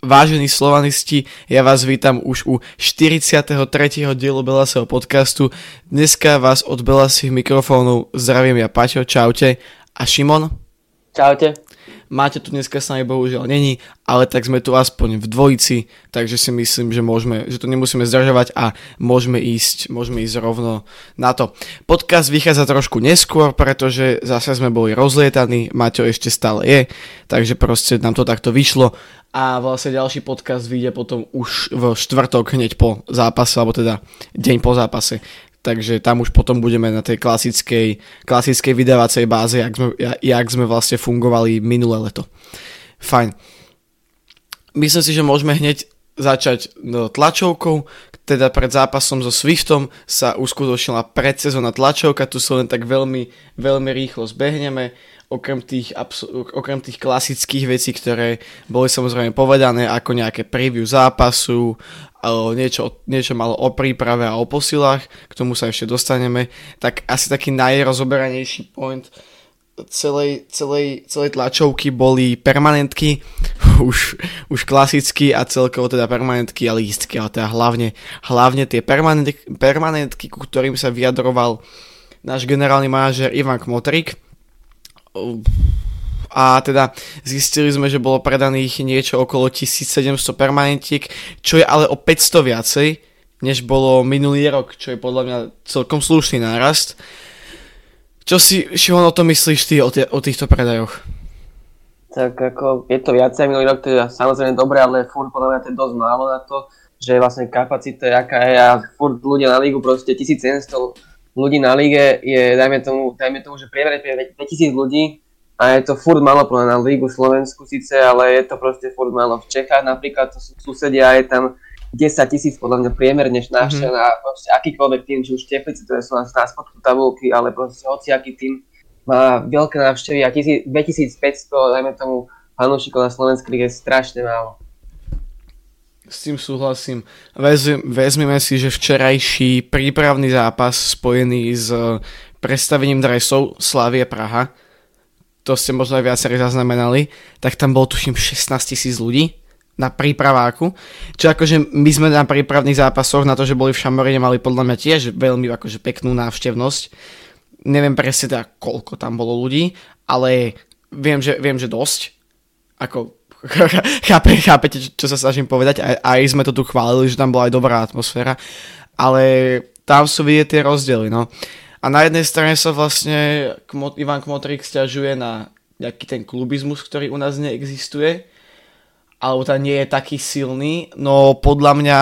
Vážení slovanisti, ja vás vítam už u 43. dielu Belasého podcastu. Dneska vás od Belasých mikrofónov zdravím ja Paťo, čaute, a Šimon. Čaute. Máte tu dneska s nami bohužiaľ není, ale tak sme tu aspoň v dvojici, takže si myslím, že to nemusíme zdržovať a môžeme ísť rovno na to. Podcast vychádza trošku neskôr, pretože zase sme boli rozlietaní, Maťo ešte stále je, takže proste nám to takto vyšlo a vlastne ďalší podcast vyjde potom už v štvrtok hneď po zápase, alebo teda deň po zápase. Takže tam už potom budeme na tej klasickej vydávacej báze, jak sme vlastne fungovali minulé leto. Fajn. Myslím si, že môžeme hneď začať tlačovkou. Teda pred zápasom so Swiftom sa uskutočnila predsezónna tlačovka. Tu sa len tak veľmi, veľmi rýchlo zbehneme. Okrem tých klasických vecí, ktoré boli samozrejme povedané, ako nejaké preview zápasu, niečo malo o príprave a o posilách, k tomu sa ešte dostaneme, tak asi taký najrozoberanejší point celej tlačovky boli permanentky, už klasicky a celkovo teda permanentky a lístky, ale teda hlavne tie permanentky, ku ktorým sa vyjadroval náš generálny manažér Ivan Kmotrík. A teda zistili sme, že bolo predaných niečo okolo 1700 permanentiek, čo je ale o 500 viacej, než bolo minulý rok, čo je podľa mňa celkom slušný nárast. Čo si, Šimon, o tom myslíš ty, o týchto predajoch? Tak ako je to viacej minulý rok, to je samozrejme dobré, ale furt podľa mňa to je dosť málo na to, že vlastne kapacita aká je a furt ľudia na lígu, proste 1700 ľudí na líge je, dajme tomu, že priemer je 2000 ľudí a je to furt málo na lígu Slovensku síce, ale je to proste furt málo. V Čechách napríklad to sú susedia, je tam 10 000 podľa mňa priemerne návštev na proste akýkoľvek tým, či už Teplice, ktoré sú na spodku tabulky, ale proste hociaký tým má veľké návštevy a 2500, dajme tomu, fanúšikov na Slovensku je strašne málo. S tým súhlasím. Vezmeme si, že včerajší prípravný zápas spojený s predstavením dresov Slavie Praha, to ste možno aj viacerí zaznamenali, tak tam bolo tuším 16 000 ľudí na prípraváku. Čo akože my sme na prípravných zápasoch na to, že boli v Šamorine, mali podľa mňa tiež veľmi akože peknú návštevnosť. Neviem presne teda koľko tam bolo ľudí, ale viem, že dosť. Ako chápete, čo sa snažím povedať, aj sme to tu chválili, že tam bola aj dobrá atmosféra, ale tam sú vidieť tie rozdiely, no. A na jednej strane sa vlastne Ivan Kmotrík sťažuje na nejaký ten klubizmus, ktorý u nás neexistuje, alebo tam nie je taký silný, no podľa mňa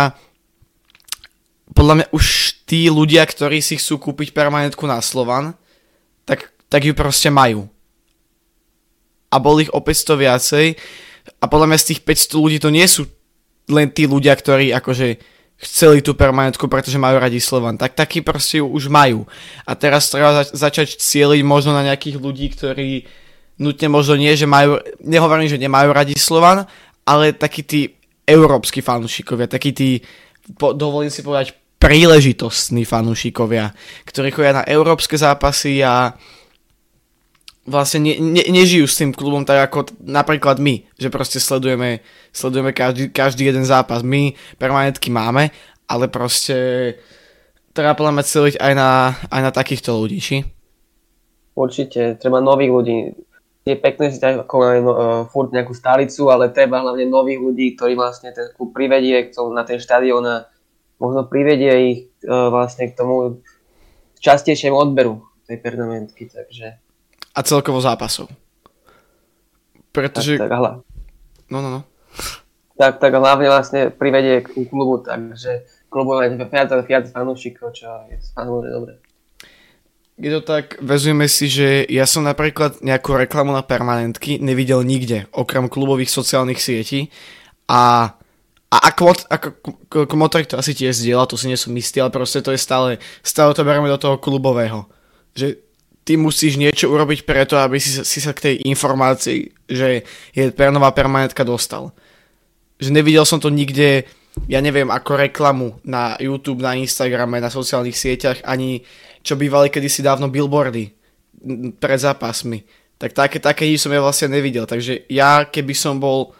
už tí ľudia, ktorí si chcú kúpiť permanentku na Slovan, tak ju proste majú. A boli ich o 500 viacej. A podľa mňa z tých 500 ľudí to nie sú len tí ľudia, ktorí akože chceli tú permanentku, pretože majú radi Slovan. Tak takí proste ju už majú. A teraz treba začať cieliť možno na nejakých ľudí, ktorí nutne možno nie, že majú, nehovorím, že nemajú radi Slovan, ale takí tí európski fanúšikovia, takí tí, dovolím si povedať, príležitostní fanúšikovia, ktorí chodia na európske zápasy a vlastne nežijú s tým klubom tak ako napríklad my, že proste sledujeme každý jeden zápas. My permanentky máme, ale proste treba podľa mňa celiť aj na takýchto ľudí, či? Určite, treba nových ľudí. Je pekné, že ako máme furt nejakú stálicu, ale treba hlavne nových ľudí, ktorí vlastne ten klub privedie na ten štadión a možno privedie ich vlastne k tomu častejšiemu odberu tej permanentky, takže a celkovo zápasov. Pretože... Tak No. Tak hlavne vlastne privedie k klubu, takže klubu má viac fanúšikov, čo je samozrejme dobré. Je to tak, vezujeme si, že ja som napríklad nejakú reklamu na permanentky nevidel nikde, okrem klubových sociálnych sietí a Kmotrík to asi tiež zdieľa, to si nie som istý, ale proste to je stále to bereme do toho klubového. Že ty musíš niečo urobiť preto, aby si sa k tej informácii, že je nová permanentka dostal. Že nevidel som to nikde, ja neviem, ako reklamu na YouTube, na Instagrame, na sociálnych sieťach, ani čo bývali kedysi dávno billboardy pred zápasmi. Tak také nič som ja vlastne nevidel. Takže ja, keby som bol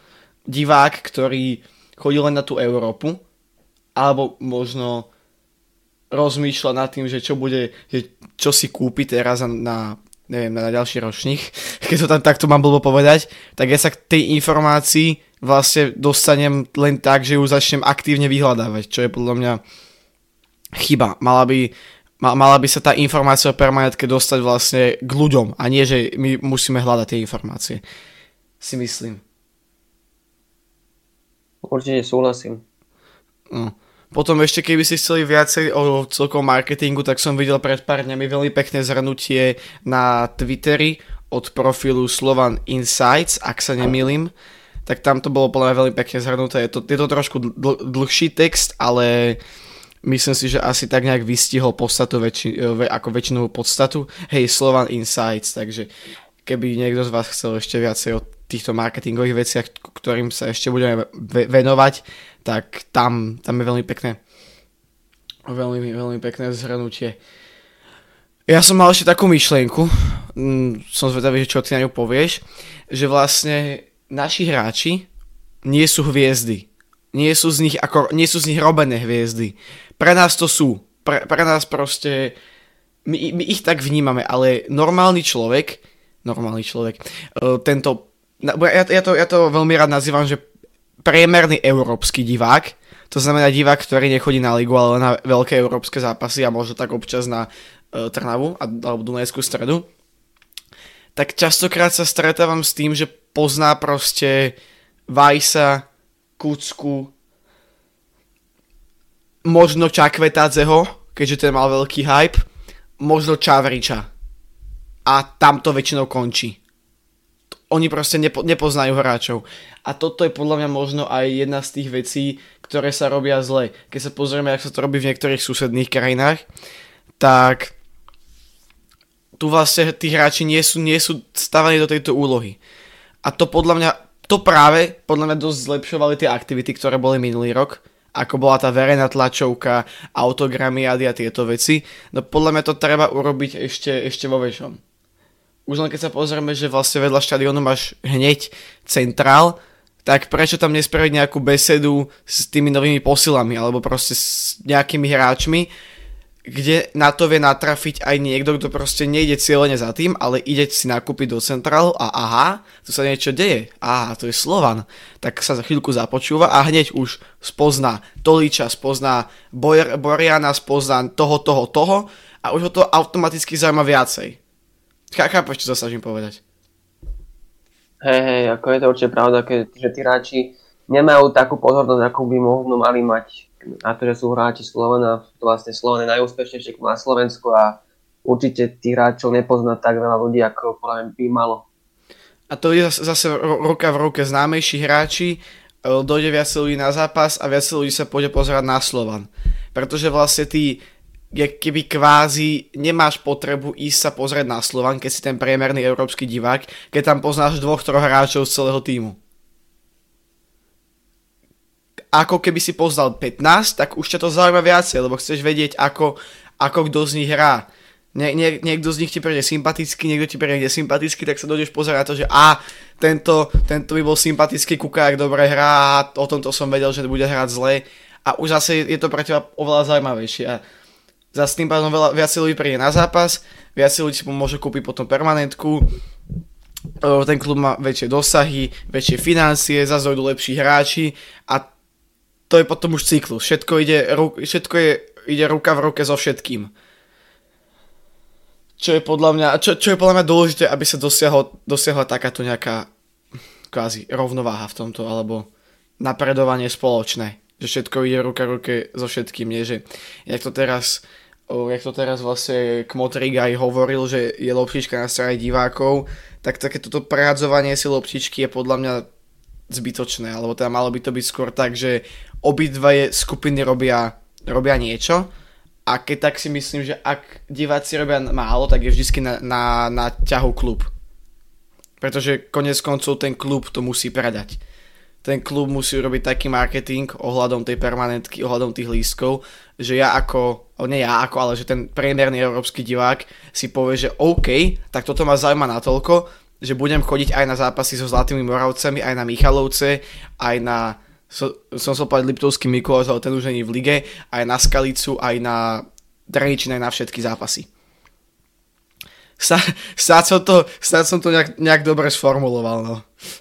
divák, ktorý chodí len na tú Európu, alebo možno rozmýšľa nad tým, že čo si kúpi teraz neviem, na ďalší ročník, keď to tam takto mám blbo povedať, tak ja sa k tej informácii vlastne dostanem len tak, že ju začnem aktívne vyhľadávať, čo je podľa mňa chyba. Mala by sa tá informácia o permanentke dostať vlastne k ľuďom a nie, že my musíme hľadať tie informácie. Si myslím. Určite súhlasím. No. Potom ešte, keby si chceli viacej o celkom marketingu, tak som videl pred pár dňami veľmi pekné zhrnutie na Twitteri od profilu Slovan Insights, ak sa nemýlim. Tak tam to bolo podľa mňa veľmi pekne zhrnuté. Je to trošku dlhší text, ale myslím si, že asi tak nejak vystihol podstatu, ako väčšinovú podstatu. Hej, Slovan Insights, takže keby niekto z vás chcel ešte viacej o týchto marketingových veciach, ktorým sa ešte budeme venovať, tak tam je veľmi pekné zhrnutie. Ja som mal ešte takú myšlienku, som zvedavý, čo ty na ňu povieš, že vlastne naši hráči nie sú hviezdy. Nie sú z nich robené hviezdy. Pre nás to sú. Pre nás proste my ich tak vnímame, ale normálny človek, ja to veľmi rád nazývam, že priemerný európsky divák, to znamená divák, ktorý nechodí na ligu, ale na veľké európske zápasy a možno tak občas na Trnavu alebo Dunajskú Stredu, tak častokrát sa stretávam s tým, že pozná proste Vajsa, Kucku, možno Čakvetadzeho, keďže ten mal veľký hype, možno Čavriča. A tam to väčšinou končí. Oni proste nepoznajú hráčov. A toto je podľa mňa možno aj jedna z tých vecí, ktoré sa robia zle. Keď sa pozrieme, ako sa to robí v niektorých susedných krajinách, tak tu vlastne tí hráči nie sú stavaní do tejto úlohy. A to práve dosť zlepšovali tie aktivity, ktoré boli minulý rok, ako bola tá verejná tlačovka, autogramiády a tieto veci. No podľa mňa to treba urobiť ešte vo väčšom. Už len keď sa pozrieme, že vlastne vedľa štadiónu máš hneď centrál, tak prečo tam nespraviť nejakú besedu s tými novými posilami, alebo proste s nejakými hráčmi, kde na to vie natrafiť aj niekto, kto proste nejde cieľene za tým, ale ide si nakúpiť do centrálu a aha, tu sa niečo deje, aha, to je Slovan, tak sa za chvíľku započúva a hneď už spozná Toliča, spozná Boriana, spozná toho a už ho to automaticky zaujíma viacej. Chápeš, čo sa snažím povedať? Hej, ako je to určite pravda, že tí hráči nemajú takú pozornosť, akú by možno mali mať na to, že sú hráči Slovana. Vlastne Slovan je najúspešnejší na Slovensku a určite tých hráčov nepozná tak veľa ľudí, ako podľa mňa by malo. A to je zase ruka v ruke. Známejší hráči, dojde viac ľudí na zápas a viac ľudí sa pôjde pozerať na Slovan. Pretože vlastne ty keby kvázi nemáš potrebu ísť sa pozrieť na Slovan, keď si ten priemerný európsky divák, keď tam poznáš 2-3 hráčov z celého tímu. Ako keby si poznal 15, tak už ťa to zaujíma viacej, lebo chceš vedieť, ako kto z nich hrá. Niekto z nich ti príde sympatický, niekto ti príde nesympatický, tak sa dojdeš pozerať na to, že tento by bol sympatický, kúka, jak dobre hrá, a o tomto som vedel, že bude hrať zle a už zase je to pre teba oveľa zaujímavejšie. A zase tým pádom viac ľudí príde na zápas, viac ľudí si môže kúpiť potom permanentku, ten klub má väčšie dosahy, väčšie financie, zase dojdú lepší hráči a to je potom už cyklus. Všetko ide ruka v ruke so všetkým. Čo je podľa mňa dôležité, aby sa dosiahla takáto nejaká kvázi rovnováha v tomto, alebo napredovanie spoločné. Že všetko ide ruka v ruke so všetkým, nie? Že jak to teraz vlastne Kmotrík aj hovoril, že je loptička na strane divákov, tak takéto prehadzovanie si loptičky je podľa mňa zbytočné, alebo teda malo by to byť skôr tak, že obidve skupiny robia niečo a keď tak si myslím, že ak diváci robia málo, tak je vždycky na ťahu klub. Pretože konec koncov ten klub to musí predať. Ten klub musí robiť taký marketing ohľadom tej permanentky, ohľadom tých lístkov, že ale že ten priemerný európsky divák si povie, že OK, tak toto ma zaujíma natoľko, že budem chodiť aj na zápasy so Zlatými Moravcami, aj na Michalovce, aj na, som sa povedať Liptovský Mikuláš, ale ten už nie v lige, aj na Skalicu, aj na Drničín, aj na všetky zápasy. Snad som to nejak dobre sformuloval, no.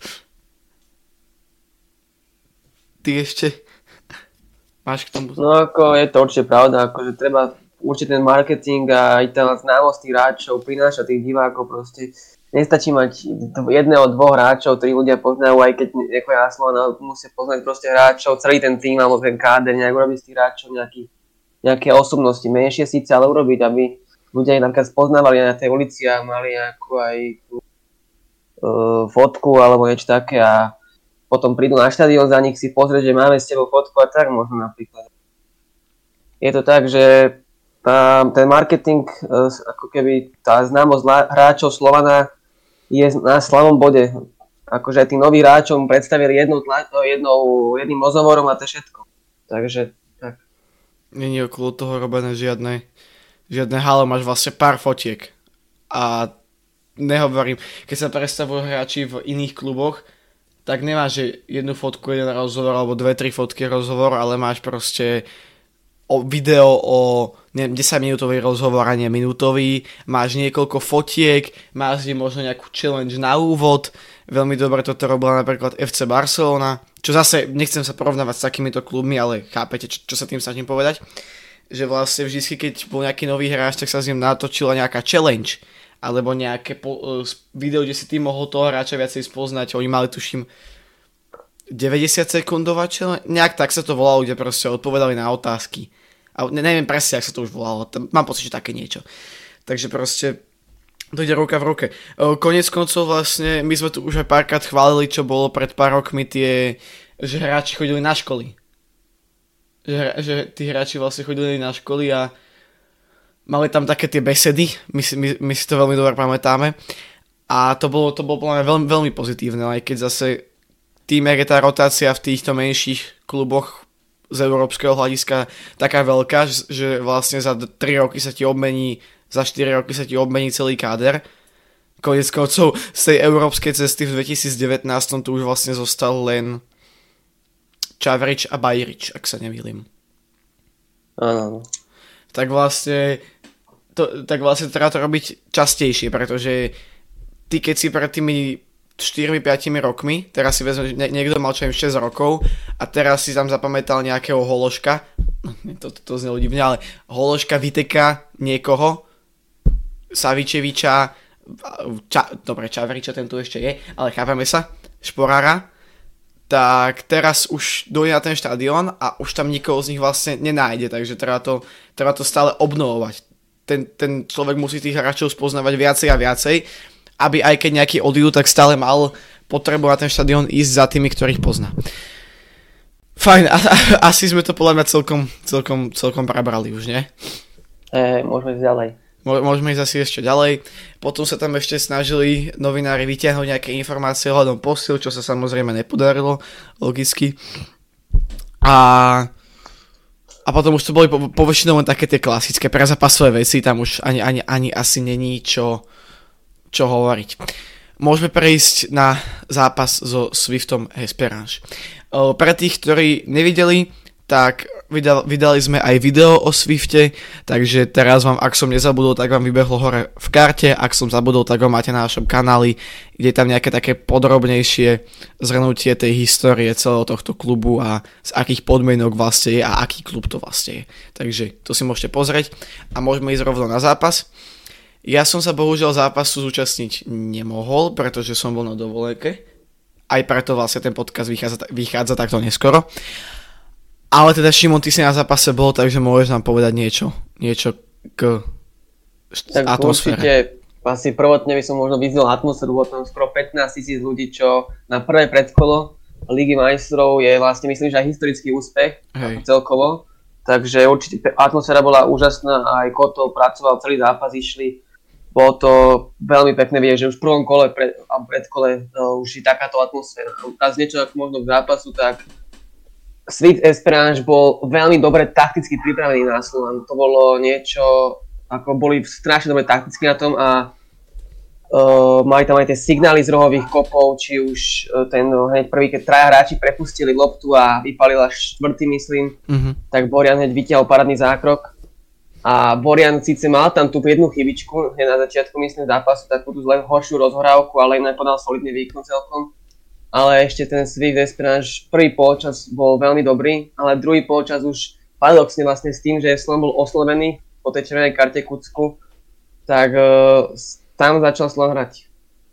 Ty ešte máš k tomu? No ako je to určite pravda, akože treba určite ten marketing a aj tá známosť tých hráčov prináša tých divákov proste. Nestačí mať jedného, dvoch hráčov, ktorí ľudia poznajú, aj keď nechodia na Slovana, musia poznať proste hráčov, celý ten tým alebo ten káder, nejak urobiť z tých hráčov nejaké osobnosti, menšie síce, ale urobiť, aby ľudia ich napríklad spoznávali na tej ulici a mali nejakú aj fotku alebo niečo také a potom prídu na štadión za nich si pozrieť, že máme s tebou fotku a tak možno napríklad. Je to tak, že ten marketing, ako keby tá známosť hráčov Slovana je na slavom bode. Akože aj tým nových hráčov predstavili jedným rozhovorom a to je všetko. Takže tak. Není okolo toho robené žiadne halo, máš vlastne pár fotiek. A nehovorím, keď sa predstavujú hráči v iných kluboch, tak nemáš jednu fotku, jeden rozhovor, alebo 2-3 fotky rozhovor, ale máš proste video o 10-minútový rozhovor a nie minútový, máš niekoľko fotiek, máš možno nejakú challenge na úvod, veľmi dobre toto robila napríklad FC Barcelona, čo zase nechcem sa porovnávať s takýmito klubmi, ale chápete, čo sa tým snažím povedať, že vlastne vždy, keď bol nejaký nový hráč, tak sa z ním natočila nejaká challenge, alebo nejaké video, kde si ty mohol toho hráča viacej spoznať, oni mali tuším 90 sekundová challenge, nejak tak sa to volalo, kde proste odpovedali na otázky. A neviem presne, ak sa to už volalo, mám pocit, že také niečo. Takže proste to ide ruka v ruke. Koniec koncov vlastne, my sme tu už aj párkrát chválili, čo bolo pred pár rokmi že hráči chodili na školy. Že tí hráči vlastne chodili na školy a mali tam také tie besedy, my si to veľmi dobre pamätáme. A to bolo podľa mňa veľmi, veľmi pozitívne, aj keď zase tým, jak je tá rotácia v týchto menších kluboch z európskeho hľadiska taká veľká, že vlastne za 3 roky sa ti obmení, za 4 roky sa ti obmení celý káder. Koniec koncov z tej európskej cesty v 2019 tu už vlastne zostal len Čavrič a Bajrič, ak sa nemýlim. Áno. Tak vlastne treba to robiť častejšie, pretože ty keď si pred tými 4-5 rokmi, teraz si vezme, niekto mal čo im 6 rokov a teraz si tam zapamätal nejakého Hološka, to znelo divne, ale Hološka vyteká niekoho, Savičeviča, dobre, Čavriča, ten tu ešte je, ale chápeme sa, Šporára, tak teraz už dojde na ten štadión a už tam nikoho z nich vlastne nenájde, takže treba to stále obnovovať. Ten človek musí tých hráčov spoznávať viacej a viacej, aby aj keď nejaký odídu, tak stále mal potrebu na ten štadión ísť za tými, ktorých pozná. Fajn, asi sme to podľa mňa celkom prebrali už, nie? Môžeme ísť ďalej. Môžeme ísť asi ešte ďalej. Potom sa tam ešte snažili novinári vyťahnuť nejaké informácie ohľadom posiel, čo sa samozrejme nepodarilo, logicky. A potom už to boli poväčšinou len také tie klasické prezápasové veci, tam už ani asi není čo hovoriť. Môžeme prejsť na zápas so Swiftom Esperance. Pre tých, ktorí nevideli, tak vydali sme aj video o Swifte, takže teraz vám, ak som nezabudol, tak vám vybehlo hore v karte, ak som zabudol, tak ho máte na našom kanáli, kde je tam nejaké také podrobnejšie zhrnutie tej histórie celého tohto klubu a z akých podmienok vlastne je a aký klub to vlastne je. Takže to si môžete pozrieť a môžeme ísť rovno na zápas. Ja som sa bohužiaľ zápasu zúčastniť nemohol, pretože som bol na dovolenke. Aj preto vlastne ten podcast vychádza takto neskoro. Ale teda Šimon, ty si na zápase bol, takže môžeš nám povedať niečo k tak atmosfére. Určite, asi prvotne by som možno vyzdel atmosféru, bolo tam skoro 15,000 ľudí, čo na prvé predkolo Ligy majstrov je vlastne, myslím, že aj historický úspech celkovo. Takže určite atmosféra bola úžasná, aj Kotov pracoval, celý zápas išli. Bolo to veľmi pekné vidieť, že už v prvom kole a predkole už je takáto atmosféra. A z niečo ako možno k zápasu, tak Swift Esperance bol veľmi dobre takticky pripravený na Slovan. To bolo niečo, ako boli strašne dobre takticky na tom a Mali tam aj tie signály z rohových kopov, či už ten hneď prvý, keď traja hráči prepustili loptu a vypalil až štvrtý, myslím, tak Borian hneď vytiahol parádny zákrok. A Borian síce mal tam tú jednu chybičku, hneď na začiatku, myslím, zápasu, takú tú zle horšiu rozhorávku, ale inak podal solidný výkon celkom. Ale ešte ten Swift Esperance, prvý polčas bol veľmi dobrý, ale druhý polčas už paradoxne vlastne s tým, že Slovan bol oslovený po tej červenej karte Kucku, tak tam začal Slovan hrať.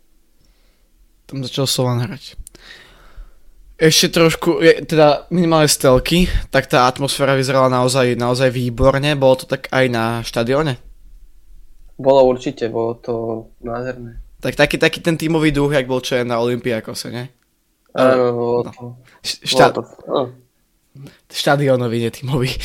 Ešte trošku, teda minimálne z telky, tak tá atmosféra vyzerala naozaj výborne. Bolo to tak aj na štadióne? Bolo určite, bolo to nádherné. Tak taký ten tímový duch, jak bol čo je na Olympiakose, ne? Áno, bolo to. Štadiónový, nie tímový.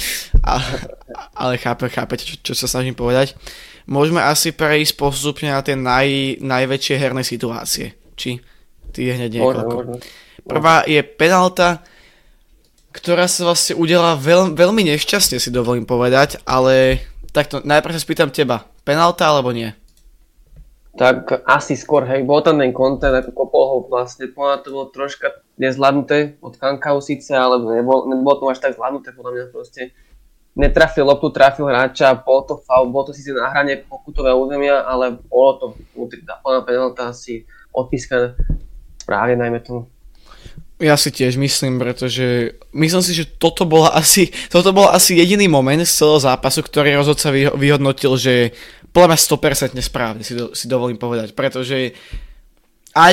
Ale chápete, čo sa snažím povedať. Môžeme asi prejsť postupne na tie najväčšie herné situácie. Či ty hneď niekoľko. Prvá je penálta, ktorá sa vlastne udiala veľmi nešťastne, si dovolím povedať, ale takto, najprv sa spýtam teba, penálta alebo nie? Tak asi skôr, hej, bol tam ten kontent, ako kopol ho vlastne, podľa to bolo troška nezvládnuté od Kankau síce, ale nebolo to až tak zvládnuté, podľa mňa proste netrafil loptu, trafil hráča, bol to faul, bolo to síce na hrane pokutového územia, ale bolo to plná penálta asi odpískaná správne, najmä tomu. Ja si tiež myslím, pretože myslím si, že toto bol asi jediný moment z celého zápasu, ktorý rozhodca vyhodnotil, že podľa mňa 100% správne, si dovolím povedať, pretože aj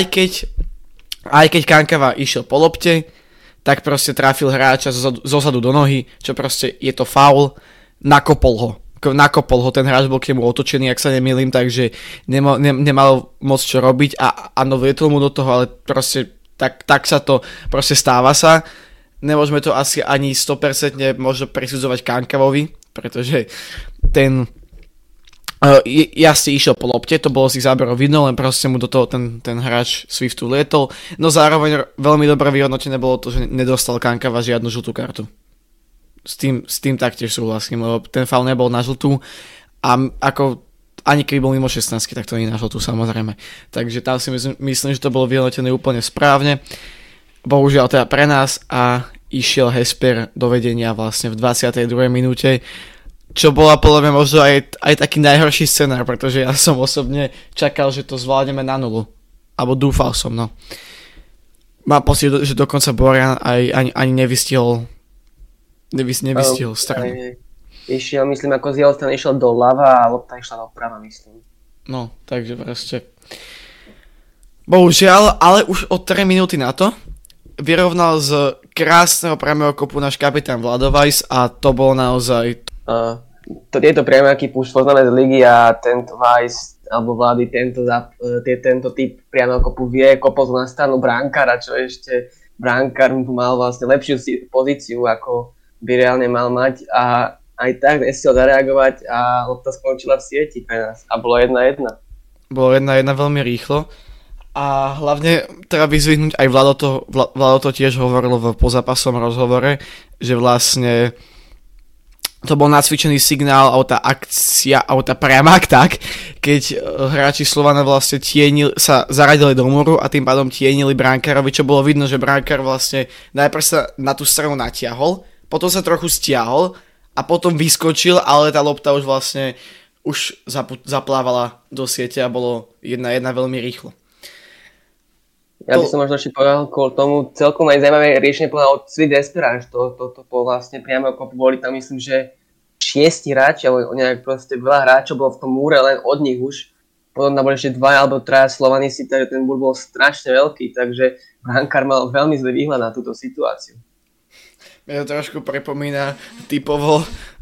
keď Kankava išiel po lopte, tak proste trafil hráča zozadu do nohy, čo proste je to faul, nakopol ho, ten hráč bol k nemu otočený, ak sa nemýlim, takže nemal moc čo robiť a áno, vlietol mu do toho, ale proste tak sa to, proste stáva sa. Nemôžeme to asi ani 100% možno prisudzovať Kankavovi, pretože ten jasne išiel po lopte, to bolo si záberov vidno, len proste mu do toho ten hráč Swiftu lietol, no zároveň veľmi dobre vyhodnotené bolo to, že nedostal Kankava žiadnu žltú kartu. S tým taktiež súhlasím, lebo ten faul nebol na žltú a ako ani keby bol mimo 16, tak to nie je na žltú, samozrejme. Takže tam si myslím, že to bolo vyhodnotené úplne správne. Bohužiaľ teda pre nás a išiel Hesper do vedenia vlastne v 22. minúte, čo bola podľa mňa možno aj taký najhorší scenár, pretože ja som osobne čakal, že to zvládneme na nulu. Alebo dúfal som, no. Mám pocit, že dokonca Borian ani nevystihol stranu. Išiel, myslím, ako z jeho strany išiel doľava a lopta išla doprava, myslím. No, takže proste. Bohužiaľ, ale už od 3 minúty na to vyrovnal z krásneho priamého kopu náš kapitán Vladovajs a to bolo naozaj... Tieto priameaky už poznáme z ligy a tento Vajs alebo Vlady tento typ priamého kopu vie kopať na stranu bránkára, čo ešte bránkár mal vlastne lepšiu pozíciu, ako by reálne mal mať a aj tak nestiel zareagovať a lopta skončila v sieti pre nás a bolo 1-1. Bolo 1-1 veľmi rýchlo a hlavne treba vyzvihnúť aj Vlado to tiež hovoril v pozápasovom rozhovore, že vlastne to bol nacvičený signál alebo tá akcia, alebo tá priamák tak, keď hráči Slovana vlastne sa zaradili do múru a tým pádom tienili bránkárovi, čo bolo vidno, že bránkár vlastne najprv sa na tú stranu natiahol, potom sa trochu stiahol a potom vyskočil, ale tá lopta už vlastne zaplávala do siete a bolo 1-1 veľmi rýchlo. Ja by som možno ešte povedal kvôli tomu celkom aj zaujímavé riešenie povedal od Swift Esperance. To vlastne priamo kopu boli tam, myslím, že 6 hráči, alebo nejak proste veľa hráčov bolo v tom múre, len od nich už. Potom tam boli ešte 2 alebo 3 Slovanisti, takže ten múr bol strašne veľký, takže brankár mal veľmi zlý výhľad na túto situáciu. Mňa to trošku pripomína typovo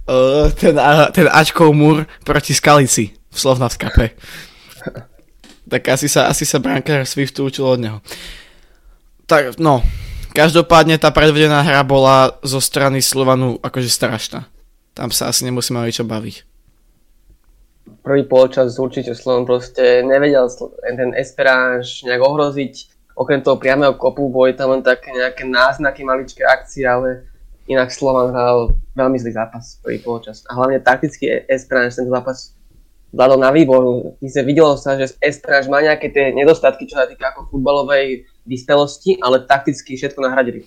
ten Ačkov múr proti Skalici v Slovnaft Cupe. Tak asi sa brankár Swiftu učil od neho. Tak, no, každopádne tá predvedená hra bola zo strany Slovanu akože strašná. Tam sa asi nemusíme o ničo baviť. Prvý polčas určite Slovan proste nevedel ten Esperance nejak ohroziť. Okrem toho priamého kopu boli tam len také nejaké náznaky, maličké akcie, ale inak Slovan hral veľmi zlý zápas prvý polčas. A hlavne takticky Esperance ten zápas vzhľadom na výbor. Videlo sa, že Estráž má nejaké tie nedostatky, čo sa týka ako futbalovej vyspelosti, ale takticky všetko nahradili.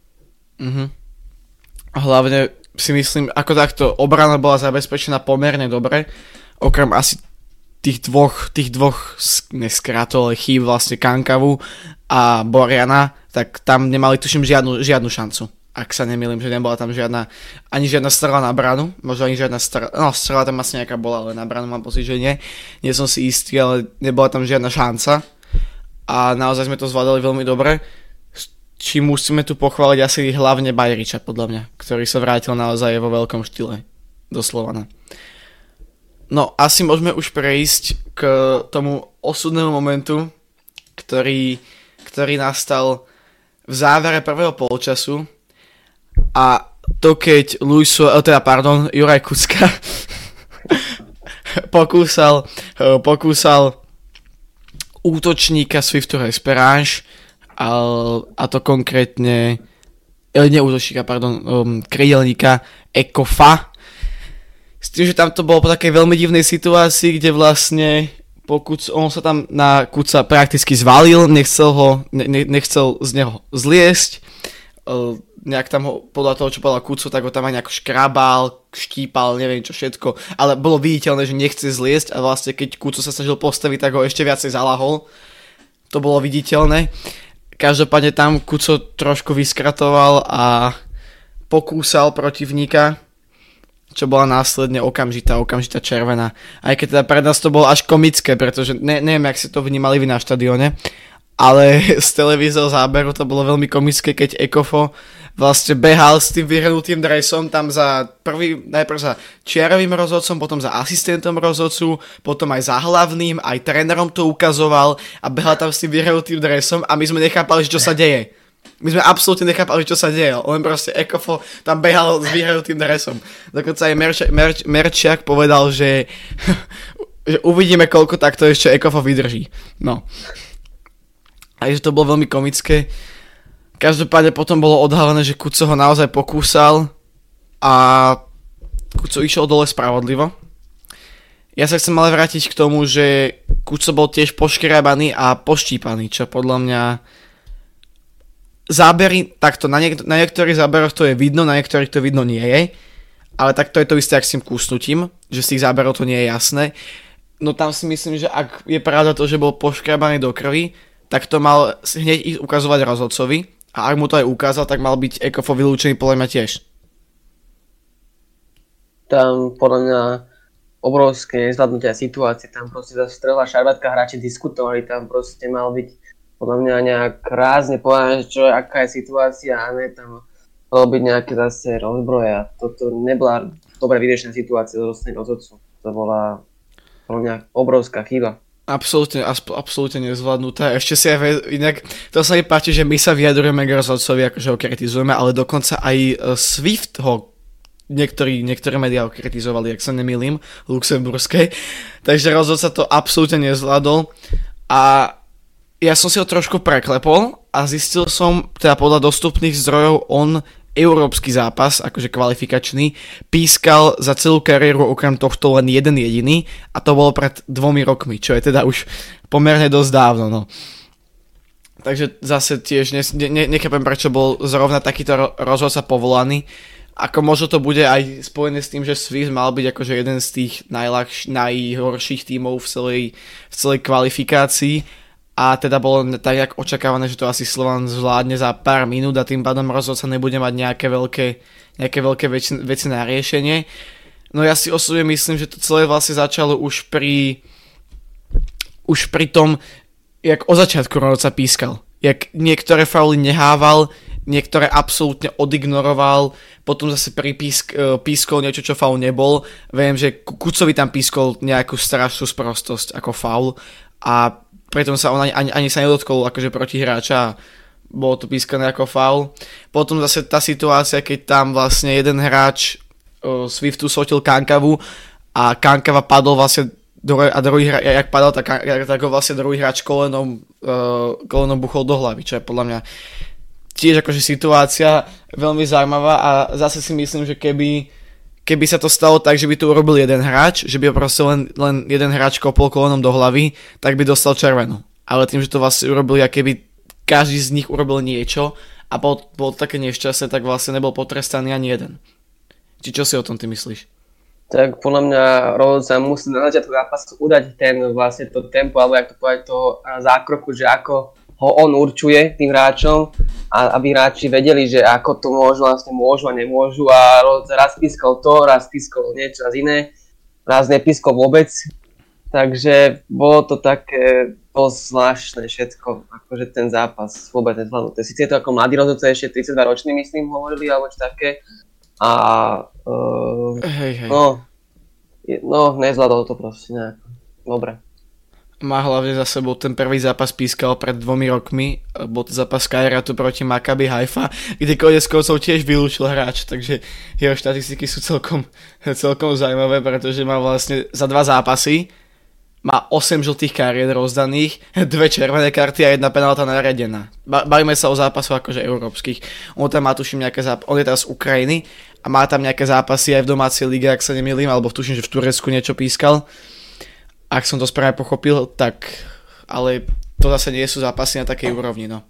Hlavne si myslím, ako takto obrana bola zabezpečená pomerne dobre, okrem asi tých dvoch neskratov, ale chýb vlastne Kankavu a Boriana, tak tam nemali tuším žiadnu šancu. Ak sa nemýlim, že nebola tam ani žiadna strela na branu, možno ani žiadna strela tam asi nejaká bola, ale na branu mám pocit, že nie. Nie som si istý, ale nebola tam žiadna šanca a naozaj sme to zvládali veľmi dobre. Či musíme tu pochváliť asi hlavne Bajriča, podľa mňa, ktorý sa vrátil naozaj vo veľkom štýle do Slovana. No, asi môžeme už prejsť k tomu osudnému momentu, ktorý nastal v závere prvého polčasu a to keď Juraj Kucka pokúsal útočníka Swiftu Esperance a to konkrétne krídelníka Ekofa. S tým, že tam to bolo po takej veľmi divnej situácii, kde vlastne on sa tam na Kuca prakticky zvalil, nechcel z neho zliesť, nejak tam ho, podľa toho, čo povedal Kuco, tak ho tam aj nejak škrabal, štípal, neviem čo všetko, ale bolo viditeľné, že nechce zliesť a vlastne keď Kuco sa snažil postaviť, tak ho ešte viacej zalahol. To bolo viditeľné. Každopádne tam Kuco trošku vyskratoval a pokúsal protivníka, čo bola následne okamžitá červená. Aj keď teda pre nás to bolo až komické, pretože neviem, jak ste to vnímali vy na štadióne, ale z televízor záberu to bolo veľmi komické, keď Ekofo vlastne behal s tým vyhrnutým dresom tam najprv za čiarovým rozhodcom, potom za asistentom rozhodcu, potom aj za hlavným, aj trénerom to ukazoval a behal tam s tým vyhrnutým dresom a my sme nechápali, čo sa deje. My sme absolútne nechápali, čo sa deje, len proste Ekofo tam behal s vyhrnutým dresom. Dokonca aj Merčiak povedal, že uvidíme, koľko takto ešte Ekofo vydrží. No. A že to bolo veľmi komické. Každopádne potom bolo odhalené, že Kuco ho naozaj pokúsal a Kuco išiel dole spravodlivo. Ja sa chcem ale vrátiť k tomu, že Kuco bol tiež poškrábaný a poštípaný, čo podľa mňa zábery, takto na niektorých záberoch to je vidno, na niektorých to vidno nie je, ale takto je to isté, ak s tým kúsnutím, že z tých záberov to nie je jasné. No tam si myslím, že ak je pravda to, že bol poškrábaný do krvi, tak to mal hneď ukazovať rozhodcovi a ak mu to aj ukázal, tak mal byť Ekofo vylúčený podľa mňa tiež. Tam podľa mňa obrovské nezvládnutia situácie, tam proste za strela Šarvátka hráči diskutovali, tam proste mal byť podľa mňa nejak rázne povedané, aká je situácia a ne tam malo byť nejaké zase rozbroje a toto nebola dobre vyriešená situácia zo strany rozhodcu. To bola podľa mňa obrovská chyba. Absolútne nezvládnutá. Ešte si aj inak, to sa mi páči, že my sa vyjadrujeme k rozhodcovi, akože ho kritizujeme, ale dokonca aj Swift ho niektoré médiá ho kritizovali, ak sa nemýlim, luxemburské. Takže rozhodca to absolútne nezvládol a ja som si ho trošku preklepol a zistil som, teda podľa dostupných zdrojov, on európsky zápas, akože kvalifikačný, pískal za celú kariéru okrem tohto len jeden jediný a to bolo pred 2 rokmi, čo je teda už pomerne dosť dávno, no. Takže zase tiež nechápem, prečo bol zrovna takýto rozhodca povolaný. Ako možno to bude aj spojené s tým, že Swift mal byť akože jeden z tých najhorších tímov v celej kvalifikácii. A teda bolo tak jak očakávané, že to asi Slovan zvládne za pár minút a tým pádom rozhodca nebude mať nejaké veľké veci na riešenie. No ja si osobne myslím, že to celé vlastne začalo už pri tom, jak od začiatku rozhodca pískal. Jak niektoré fauly nehával, niektoré absolútne odignoroval, potom zase pískol niečo, čo faul nebol. Viem, že Kucovi tam pískol nejakú strašnú sprostosť ako faul a preto sa on ani sa nedotkol akože proti hráča a bolo to pískané ako faul. Potom zase tá situácia, keď tam vlastne jeden hráč Swiftu sotil Kankavu a Kankava padol vlastne a druhý hráč, jak padal, tak ho vlastne druhý hráč kolenom buchol do hlavy, čo je podľa mňa tiež akože situácia veľmi zaujímavá a zase si myslím, že keby keby sa to stalo tak, že by to urobil jeden hráč, že by proste len jeden hráč kopol kolenom do hlavy, tak by dostal červenú. Ale tým, že to vlastne urobili, a keby každý z nich urobil niečo a bol také nešťastné, tak vlastne nebol potrestaný ani jeden. Či čo si o tom ty myslíš? Tak podľa mňa rozhodca musí na začiatku zápasu udať vlastne to tempo, alebo jak to povedať, toho zákroku, že ako ho on určuje tým hráčom, a aby hráči vedeli, že ako to môžu a nemôžu, a raz pískal to, raz pískal niečo iné, raz nepískal vôbec. Takže bolo to také dosť zvláštne všetko, akože ten zápas vôbec nezvládnuté. Sice je to ako mladý rozhodca, ešte 32 ročný myslím hovorili, alebo čo také. A Hej. no, nezvládol to proste nejako. Dobre. Má hlavne za sebou ten prvý zápas pískal pred 2 rokmi, bol to zápas Kairatu proti Maccabi Haifa, kde konec koncov tiež vylúčil hráč, takže jeho štatistiky sú celkom zaujímavé, pretože má vlastne za 2 zápasy má 8 žltých kariet rozdaných, 2 červené karty a 1 penálta naradená. Bavíme sa o zápasoch akože európskych. On tam má, tuším, on je teraz z Ukrajiny a má tam nejaké zápasy aj v domácej lige, ak sa nemýlim, alebo tuším, že v Turecku niečo pískal. Ak som to správne pochopil, tak, ale to zase nie sú zápasy na takej úrovni, no.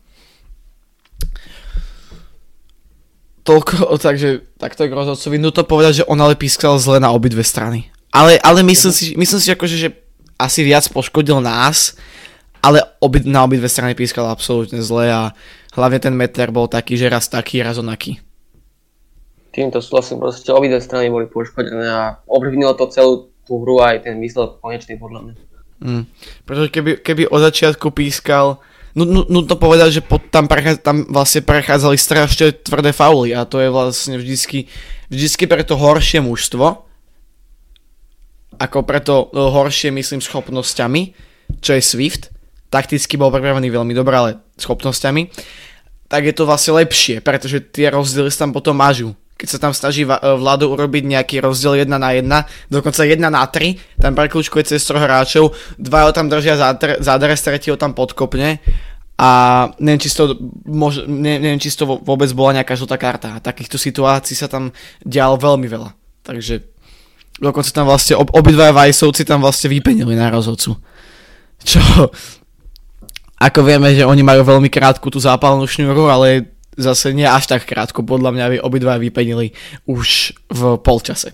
Toľko, takže takto k rozhodcovi. No to povedať, že on ale pískal zle na obidve strany. Ale myslím si akože, že asi viac poškodil nás, ale na obidve strany pískal absolútne zle a hlavne ten meter bol taký, že raz taký, raz onaký. Týmto súhlasím, proste obidve strany boli poškodené a ovplyvnilo to celú tú hru aj ten výsledok konečný podľa mňa. Pretože keby od začiatku pískal, nutno povedať, že tam vlastne prechádzali strašne tvrdé fauly a to je vlastne vždycky pre to horšie mužstvo, ako preto horšie myslím schopnosťami, čo je Swift, takticky bol pripravený veľmi dobre, ale schopnosťami, tak je to vlastne lepšie, pretože tie rozdiely sa tam potom mažú. Keď sa tam snaží Vlado urobiť nejaký rozdiel 1-1, dokonca 1-3, tam prekľúčkuje cez 3 hráčov, 2 ho tam držia za dres, 3 ho tam podkopne a neviem, či to vôbec bola nejaká žltá karta. A takýchto situácií sa tam dialo veľmi veľa. Takže dokonca tam vlastne obidvaja Vajsovci tam vlastne vypenili na rozhodcu. Čo? Ako vieme, že oni majú veľmi krátku tú zápalnú šňúru, ale zase nie až tak krátko, podľa mňa by obidva vypenili už v polčase.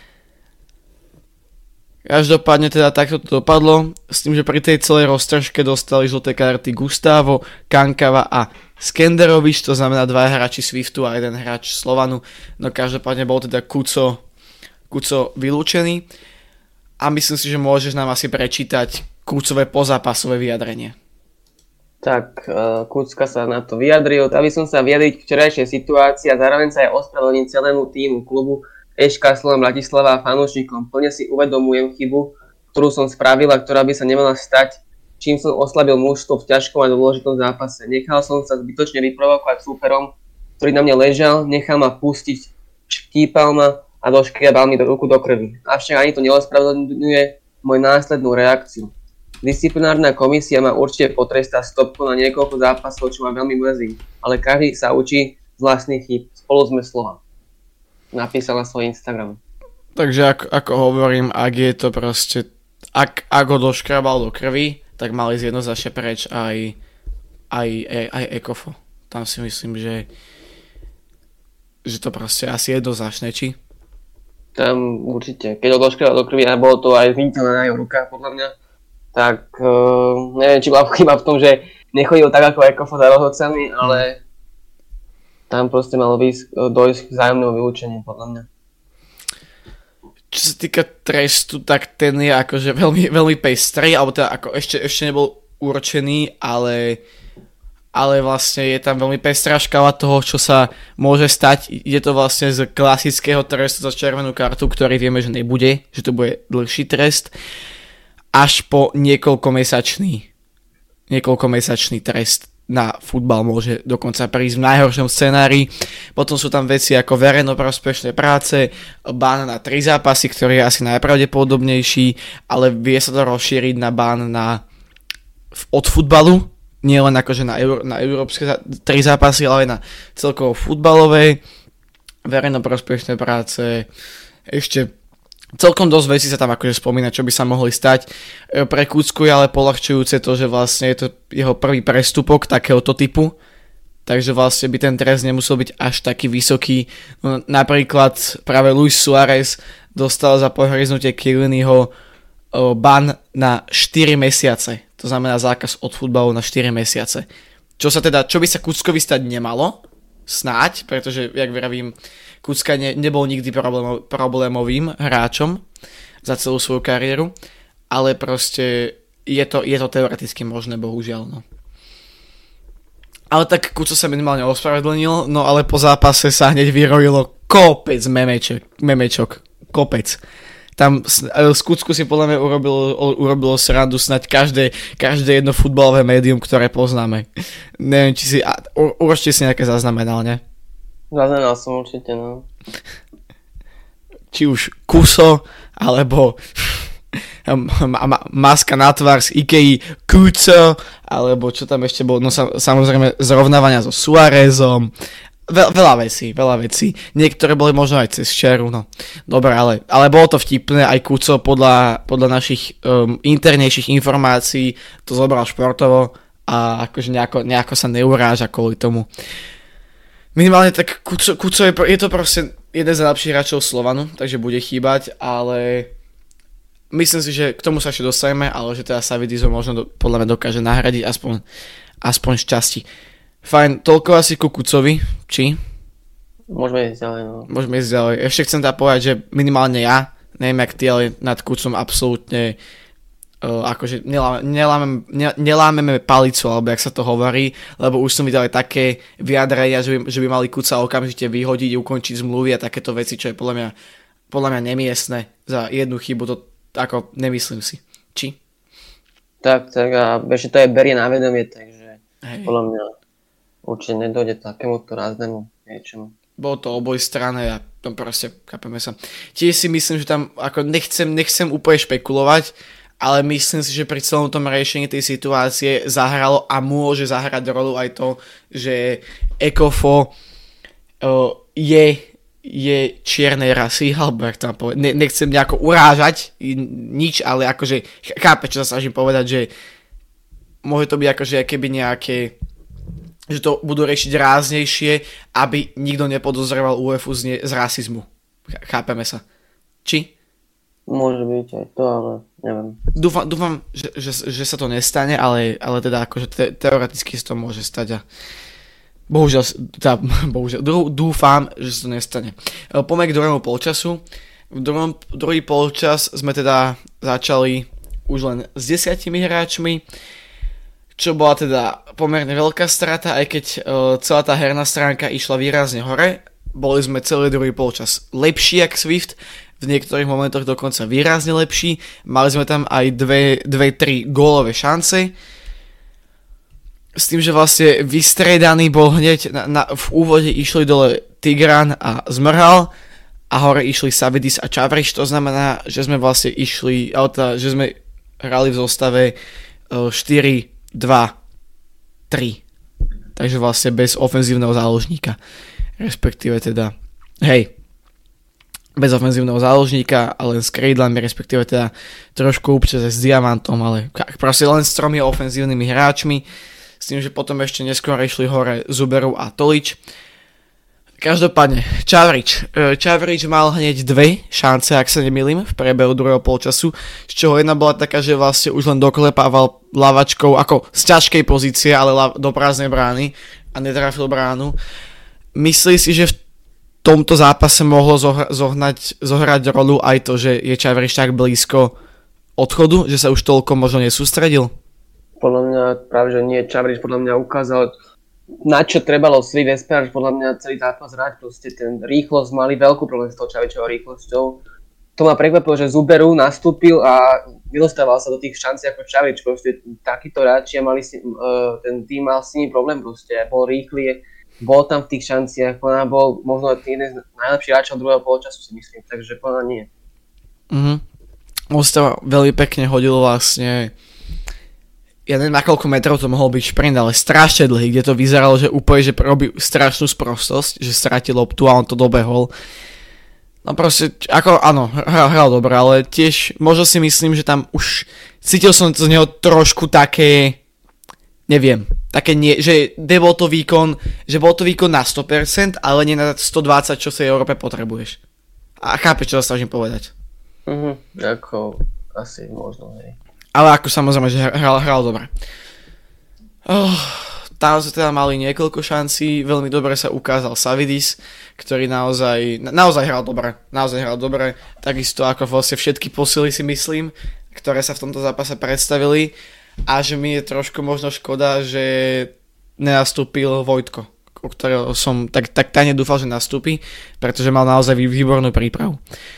Každopádne teda takto to dopadlo, s tým, že pri tej celej roztržke dostali žlté karty Gustavo, Kankava a Skenderovič, to znamená 2 hráči Swiftu a 1 hráč Slovanu, no každopádne bol teda Kuco vylúčený a myslím si, že môžeš nám asi prečítať Kucové pozápasové vyjadrenie. Tak, Kucka sa na to vyjadril. Aby som sa vyjadriť k včerajšej situácii a zároveň sa aj ospravedlniť celému tímu klubu SK Slovan Bratislava a fanúšikom. Plne si uvedomujem chybu, ktorú som spravil a ktorá by sa nemala stať, čím som oslabil mužstvo v ťažkom a dôležitom zápase. Nechal som sa zbytočne vyprovokovať súperom, ktorý na mne ležal, nechal ma pustiť, štípal ma a doškriabal mi ruku do krvi. Avšak ani to neospravedlňuje moju následnú reakciu. Disciplinárna komisia ma určite potrestá stopko na niekoľko zápasov, čo ma veľmi mrzí, ale každý sa učí z vlastných chýb. Spolu sme Slovan. Napísal na svoj Instagram. Takže ako hovorím, ak je to proste, ak ho doškrabal do krvi, tak mali ísť jednoznačne preč aj Ekofo. Tam si myslím, že to proste asi jednoznačné, či? Tam určite. Keď ho doškrabal do krvi a bolo to aj viditeľné na jeho rukách, podľa mňa, tak neviem, či bola chyba v tom, že nechodil tak ako Ekofo za rozhodcami, ale tam proste malo dojsť k vzájomnému vylúčeniu, podľa mňa. Čo sa týka trestu, tak ten je akože veľmi, veľmi pestrý, alebo teda ako ešte nebol určený, ale vlastne je tam veľmi pestrá škála toho, čo sa môže stať. Je to vlastne z klasického trestu za červenú kartu, ktorý vieme, že nebude, že to bude dlhší trest, až po niekoľkomesačný trest na futbal môže dokonca prísť v najhoršom scenári. Potom sú tam veci ako verejnoprospešné práce, bán na 3 zápasy, ktorý je asi najpravdepodobnejší, ale vie sa to rozšíriť na bán od futbalu, nie len akože na európske 3 zápasy, ale aj na celkovo futbalové, verejnoprospešné práce, ešte celkom dosť vecí sa tam akože spomína, čo by sa mohli stať. Pre Kucku je ale poľahčujúce to, že vlastne je to jeho prvý prestupok takéhoto typu, takže vlastne by ten trest nemusel byť až taký vysoký. No, napríklad práve Luis Suárez dostal za pohryznutie Chielliniho ban na 4 mesiace. To znamená zákaz od futbalu na 4 mesiace. Čo by sa Kuckovi stať nemalo, snáď, pretože, jak vravím, Kucka nebol nikdy problémovým hráčom za celú svoju kariéru, ale proste je to teoreticky možné, bohužiaľ. No. Ale tak Kuco sa minimálne ospravedlnil, no ale po zápase sa hneď vyrojilo kopec memečok. Kopec. Tam z Kucku si podľa mňa urobilo srandu snáď každé jedno futbalové médium, ktoré poznáme. Neviem, či si určite si nejaké zaznamenal, ne? Zaznamenal som určite, no. Či už Kuso, alebo maska na tvár z Ikei Kuco, alebo čo tam ešte bolo, no samozrejme zrovnávania so Suárezom. Veľa vecí. Niektoré boli možno aj cez čeru, no. Dobre, ale bolo to vtipné, aj Kuco podľa našich internejších informácií to zobral športovo a akože nejako sa neuráža kvôli tomu. Minimálne tak Kuco je to proste jeden z najlepších hráčov Slovanu, takže bude chýbať, ale myslím si, že k tomu sa ešte dostaneme, ale že teda Savidis ho možno podľa mňa dokáže nahradiť aspoň šťastí. Fajn, toľko asi ku Kucovi, či? Môžeme ísť ďalej, no. Môžeme ísť ďalej. Ešte chcem teda povedať, že minimálne ja, neviem jak ty, ale nad Kucom absolútne akože nelámeme palicu, alebo jak sa to hovorí, lebo už som videl aj také vyjadrenia, že by mali Kuca okamžite vyhodiť, ukončiť zmluvy a takéto veci, čo je podľa mňa nemiestne za jednu chybu, to ako nemyslím si. Či? Tak a ešte to je berie na vedomie, takže podľa mňa určite nedojde takémuto ráznému niečomu. Bolo to oboj strany a to proste, chápeme sa. Tiež si myslím, že tam ako nechcem úplne špekulovať, ale myslím si, že pri celom tom riešení tej situácie zahralo a môže zahrať rolu aj to, že Ekofo je čiernej rasy, alebo jak tam povedať, nechcem nejako urážať nič, ale akože chápe, čo sa snažím povedať, že môže to byť akože keby nejaké, že to budú riešiť ráznejšie, aby nikto nepodozreval UEFA z rasizmu. Chápeme sa. Či? Môže byť aj to, ale neviem. Dúfam, že sa to nestane, ale teda akože teoreticky sa to môže stať a bohužiaľ, dúfam, že sa to nestane. Poďme k druhému polčasu. Druhý polčas sme teda začali už len s 10 hráčmi, čo bola teda pomerne veľká strata, aj keď celá tá herná stránka išla výrazne hore. Boli sme celý druhý polčas lepší jak Swift, v niektorých momentoch dokonca výrazne lepší. Mali sme tam aj 2-3 gólové šance. S tým, že vlastne vystriedaný bol hneď v úvode išli dole Tigran a Zmrhal a hore išli Savidis a Čavriš. To znamená, že sme vlastne že sme hrali v zostave 4-2-3. Takže vlastne bez ofenzívneho záložníka. Respektíve teda, bez ofenzívneho záložníka, ale len s krídlami, respektíve teda trošku občas s diamantom, ale proste len s 3 ofenzívnymi hráčmi, s tým, že potom ešte neskôr išli hore Zuberu a Tolič. Každopádne, Čavrič mal hneď 2 šance, ak sa nemýlim, v priebehu druhého polčasu, z čoho jedna bola taká, že vlastne už len doklepával lavačkou, ako z ťažkej pozície, ale do prázdnej brány a netrafil bránu. Myslí si, že v tomto zápase mohlo zohrať rolu aj to, že je Čavriš tak blízko odchodu, že sa už toľko možno nesústredil? Podľa mňa práve, že nie. Čavriš podľa mňa ukázal, na čo trebalo Svi Vesperač podľa mňa celý zápas hrať. Proste ten rýchlosť, mali veľkú problém s tou Čavričovou rýchlosťou. To ma prekvapilo, že Zuberu nastúpil a nedostával sa do tých šancí ako Čavrič. Proste takíto hráči mali ten tým mal s nimi problém, proste bol rýchly, bol tam v tých šanciach, podľa bol možno jeden z najlepších hráčov druhého polčasu, si myslím, takže podľa nie. Ostava veľmi pekne hodil vlastne, ja neviem, na koľko metrov to mohol byť šprint, ale strašne dlhý, kde to vyzeralo, že úplne, že robí strašnú sprostosť, že stratil loptu a on to dobehol. No proste, ako áno, hral dobre, ale tiež možno si myslím, že tam už cítil som z neho trošku také, neviem, také nie, že bol to výkon na 100%, ale nie na 120, čo sa v Európe potrebuješ. A chápeš, čo sa snažím povedať. Ako asi možno, hej. Ale ako samozrejme, že hral dobre. Tam sa teda mali niekoľko šancí, veľmi dobre sa ukázal Savidis, ktorý naozaj hral dobre, takisto ako vlastne všetky posily si myslím, ktoré sa v tomto zápase predstavili, a že mi je trošku možno škoda, že nenastúpil Vojtko, o ktorého som tak tajne dúfal, že nastúpi, pretože mal naozaj výbornú prípravu.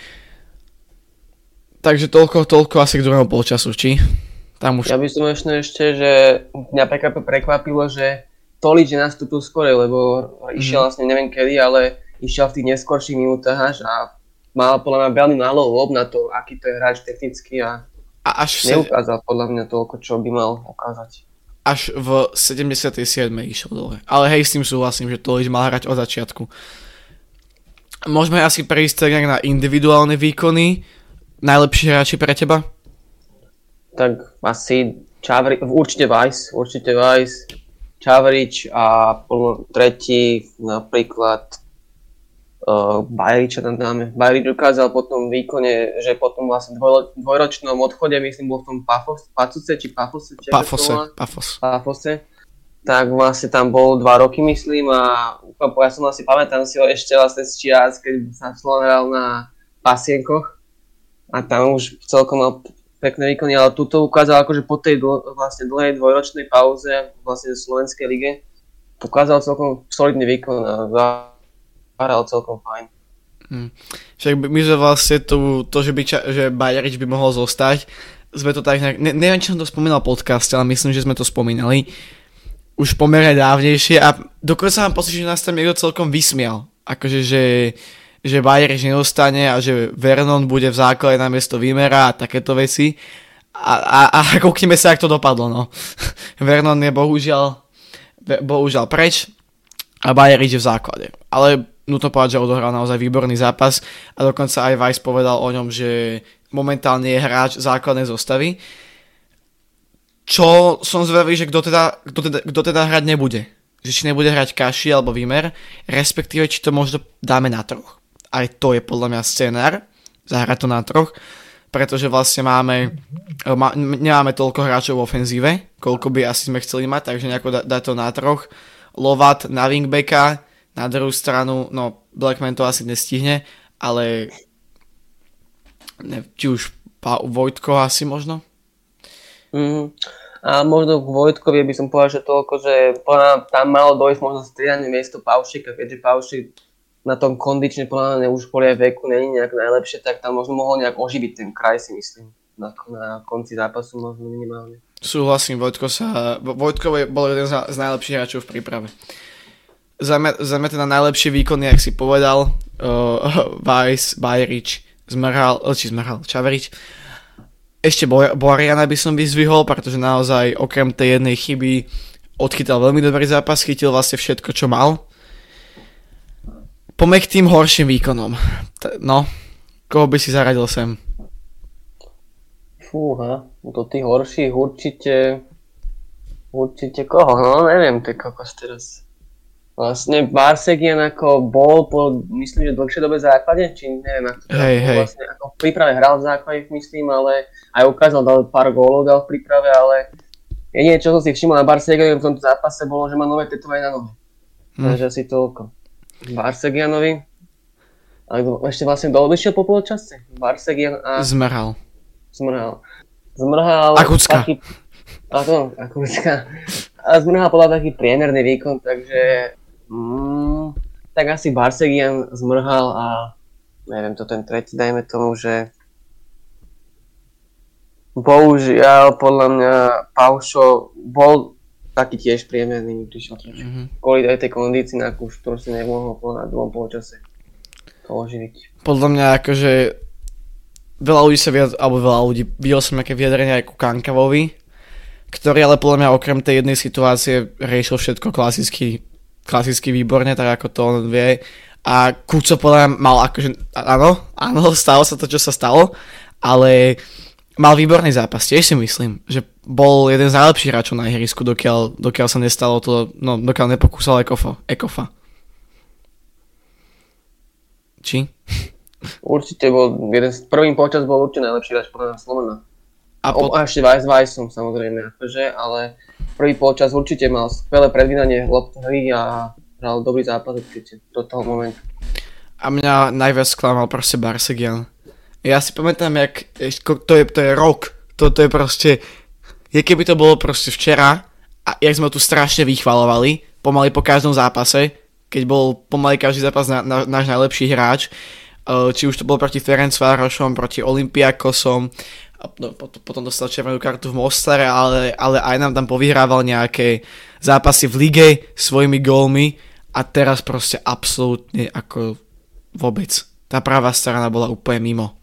Takže toľko asi k druhému polčasu, či? Tam už... Ja by som ešte, že mňa prekvapilo, že Tolič nenastúpil skôr, lebo išiel vlastne neviem kedy, ale išiel v tých neskorších minútach až a mal podľa mňa veľmi málo lob na to, aký to je hráč technicky a neukázal podľa mňa toľko, čo by mal ukázať. Až v 77. išiel dole. Ale hej, s tým súhlasím, že Tolič mal hrať od začiatku. Môžeme asi prejsť tak na individuálne výkony. Najlepší hráči pre teba? Tak asi určite Weiss, Čavrič a tretí napríklad Bajriča tam dáme. Bajrič ukázal po tom výkone, že po tom vlastne dvojročnom odchode, myslím, bol v tom Pafose. Tak vlastne tam bol 2 roky, myslím, a ja som asi pamätám si ho ešte vlastne z čias, keď sa Slovan hral na Pasienkoch a tam už celkom mal pekné výkony, ale tuto ukázal akože po tej vlastne dlhej dvojročnej pauze vlastne v slovenskej lige ukázal celkom solidný výkon a hral celkom fajn. Však my sme vlastne to, že Bajarič by mohol zostať, sme to tak nejak, neviem, či som to spomínal v podcaste, ale myslím, že sme to spomínali už pomerne dávnejšie a dokonca mám pocit, že nás tam niekto celkom vysmial. Akože, že Bajarič nedostane a že Vernon bude v základe namiesto Wimera a takéto veci. A koukneme sa, ako to dopadlo, no. Vernon je bohužiaľ preč a Bajarič je v základe. Ale nutno povedať, že odohral naozaj výborný zápas a dokonca aj Weiss povedal o ňom, že momentálne je hráč základnej zostavy. Čo som zvedavý, že kto teda hrať nebude. Že či nebude hrať Kaši alebo Wimmer, respektíve či to možno dáme na troch. Aj to je podľa mňa scenár, zahrať to na troch, pretože vlastne nemáme toľko hráčov v ofenzíve, koľko by asi sme chceli mať, takže nejako dať to na troch. Lovat na wingbacka, na druhú stranu, no Blackman to asi nestihne, ale či už Vojtko asi možno? A možno k Vojtkovi by som povedal, že toľko, že tam malo dojsť možno striedanie miesto Paušika, keďže Paušik na tom kondične podľa už kvôli veku není nejak najlepšie, tak tam možno mohol nejak oživiť ten kraj, si myslím, na konci zápasu možno minimálne. Súhlasím, Vojtko bol jeden z najlepších hráčov v príprave. Za mňa teda najlepšie výkony, jak si povedal, Weiss, Bajrič, Čavrič. Ešte Boriana by som vyzvihol, pretože naozaj okrem tej jednej chyby odchytal veľmi dobrý zápas, chytil vlastne všetko, čo mal. Poďme k tým horším výkonom. No, koho by si zaradil sem? Fúha, do tých horších určite koho, no neviem, tak kokos teraz. Vlastne Varsegian ako bol myslím, že dlhšie dobe v základe, či neviem, vlastne ako v príprave hral v základe, myslím, ale aj ukázal, dal pár gólov v príprave, ale jedine, čo som si všimol na Varsegianovi v tomto zápase bolo, že má nové tetovanie na nohe. Takže asi toľko. Varsegianovi. A ešte vlastne kto odišiel po polčase? Varsegian a... Zmrhal. Akucka. Akucka. A Zmrhal podľa taký priemerný výkon, takže... tak asi Varsegian, Zmrhal a... neviem, to ten tretí, dajme tomu, že... Bohužiaľ, podľa mňa Paušo bol taký tiež priemerný, prišiel trošku. Kvôli aj tej kondícii, na ktorú si nemohol na druhom polčase to oživiť. Podľa mňa akože veľa ľudí videl som nejaké vyjadrenia aj ku Kankavovi, ktorý ale podľa mňa okrem tej jednej situácie riešil všetko klasicky výborne, tak ako to on vie a Kuco podľa mňa mal akože, áno, stalo sa to, čo sa stalo, ale mal výborný zápas, tiež si myslím, že bol jeden z najlepších hráčov na ihrisku, dokiaľ sa nestalo to, no dokiaľ nepokúsal Ekofa. Či? Určite bol, prvým počas bol určite najlepší hráč podľa Slovena. A ešte Vajsom samozrejme, akože, ale prvý polčas určite mal skvelé predvídanie hry a hral dobrý zápas určite do toho momentu. A mňa najviac sklamal proste Barsegian. Ja si pamätám, to je rok, to je proste, keby to bolo proste včera a jak sme tu strašne vychvalovali, pomaly po každom zápase, keď bol pomaly každý zápas náš najlepší hráč, či už to bol proti Ferencvárošom, proti Olympiakosom, potom dostal červenú kartu v Mostare, ale aj nám tam povyhrával nejaké zápasy v lige svojimi gólmi a teraz proste absolútne ako vôbec. Tá pravá strana bola úplne mimo.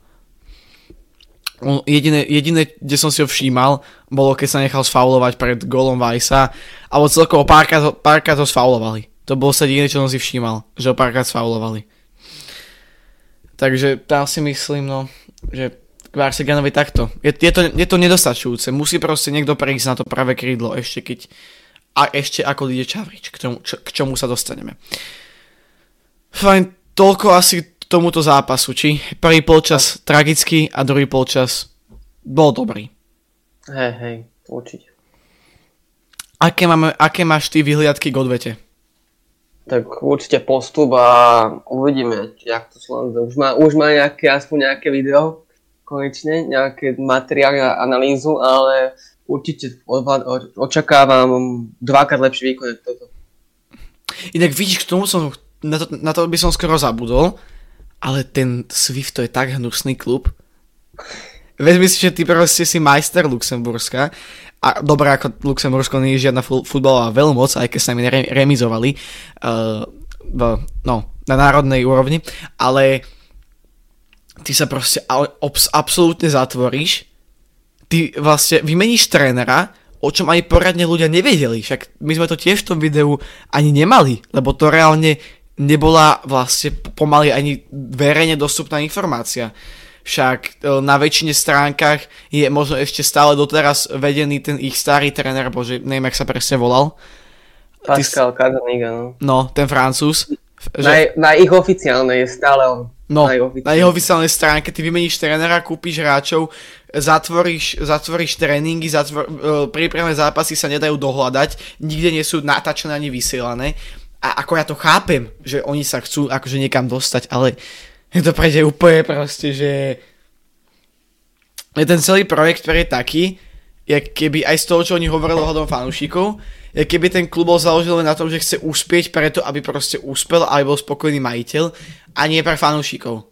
Jediné, kde som si ho všímal, bolo keď sa nechal sfaulovať pred gólom Vajsa, alebo celkovo párkrát ho sfaulovali. To bolo sa jediné, čo som si všímal, že ho párkrát sfaulovali. Takže tam si myslím, že Varseganovi takto. Je to nedostačujúce. Musí proste niekto prísť na to pravé krídlo ešte ako ide Čavrič, k čomu sa dostaneme. Fajn, toľko asi k tomuto zápasu, či? Prvý polčas tragický a druhý polčas bol dobrý. Hej, určite. Aké máš ty vyhliadky k odvete? Tak určite postup a uvidíme, jak to Slovensko. Už má aspoň nejaké video, konečne, nejaké materiály na analýzu, ale určite očakávam dvakrát lepší výkon ako toto. Inak vidíš, k tomu na to by som skoro zabudol, ale ten Swift to je tak hnusný klub. Vezmi si, že ty proste si majster Luxemburska a dobré, ako Luxembursko nie je žiadna futbalová veľmoc, aj keď sa mi remizovali na národnej úrovni, ale ty sa proste absolútne zatvoríš, ty vlastne vymeníš trénera, o čom ani poradne ľudia nevedeli, však my sme to tiež v tom videu ani nemali, lebo to reálne nebola vlastne pomaly ani verejne dostupná informácia. Však na väčšine stránkach je možno ešte stále doteraz vedený ten ich starý tréner, bože, neviem, jak sa presne volal. Pascal Cardaniga, no. No, ten Francúz. Na ich oficiálnej je stále on. No, na ich oficiálnej stránke ty vymeníš trénera, kúpiš hráčov, zatvoríš tréningy, prípravné zápasy sa nedajú dohľadať, nikde nie sú natáčané ani vysielané. A ako ja to chápem, že oni sa chcú akože niekam dostať, ale je to prejde úplne proste, že je ten celý projekt je taký, jak keby aj z toho, čo oni hovorili ohľadom fanúšikov, jak keby ten klub bol založený na tom, že chce uspieť preto, aby proste úspel a aby bol spokojný majiteľ a nie pre fanúšikov.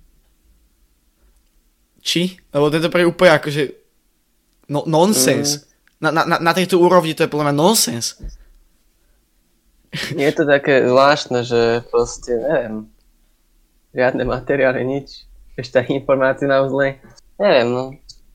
Či? Lebo tento pre úplne akože nonsens. Na tejto úrovni to je podľa mňa nonsens. Je to také zvláštne, že proste, neviem, žiadne materiály, nič, ešte aj informácie naozaj, neviem, no.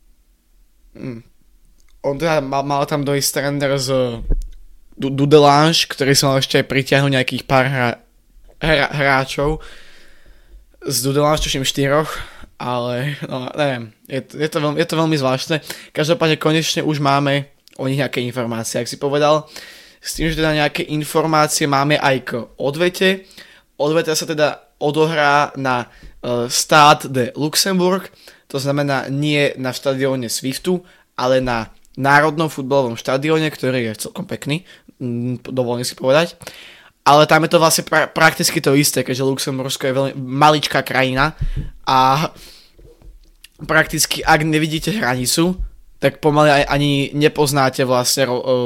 On teda mal tam dojsť tréner z Dudelange, ktorý sa mal ešte aj pritiahnuť nejakých pár hráčov z Dudelange, tuším 4, ale no, neviem, je to veľmi zvláštne. Každopádne konečne už máme o nich nejaké informácie, ak si povedal. S tým, že teda nejaké informácie máme aj k odvete. Odveta sa teda odohrá na Stade de Luxembourg, to znamená nie na štadióne Swiftu, ale na národnom futbalovom štadióne, ktorý je celkom pekný, dovolím si povedať. Ale tam je to vlastne prakticky to isté, keďže Luxembursko je veľmi maličká krajina a prakticky ak nevidíte hranicu, tak pomaly ani nepoznáte vlastne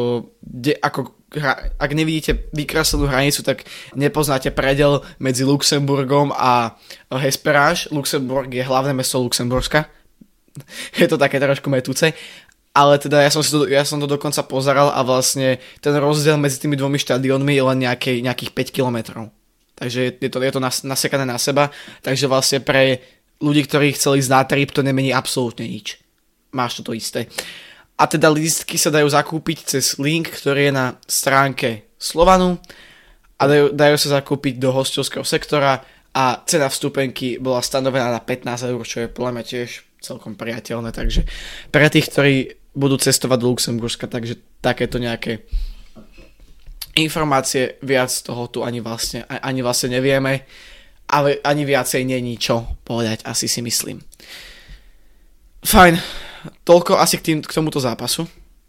ak nevidíte vykreslenú hranicu, tak nepoznáte predel medzi Luxemburgom a Hesperáž. Luxemburg je hlavné mesto Luxemburska. Je to také trošku metúce. Ale teda ja som to dokonca pozeral a vlastne ten rozdiel medzi tými dvomi štadiónmi je len nejakých 5 kilometrov. Takže je to nasekané na seba. Takže vlastne pre ľudí, ktorí chceli ísť na trip, to nemení absolútne nič. Máš to isté. A teda lístky sa dajú zakúpiť cez link, ktorý je na stránke Slovanu a dajú sa zakúpiť do hostovského sektora a cena vstupenky bola stanovená na 15 eur, čo je podľa mňa tiež celkom priateľné, takže pre tých, ktorí budú cestovať do Luxemburska, takže takéto nejaké informácie, viac toho tu ani vlastne nevieme, ale ani viacej není čo povedať, asi si myslím. Fajn, toľko asi k tomuto zápasu.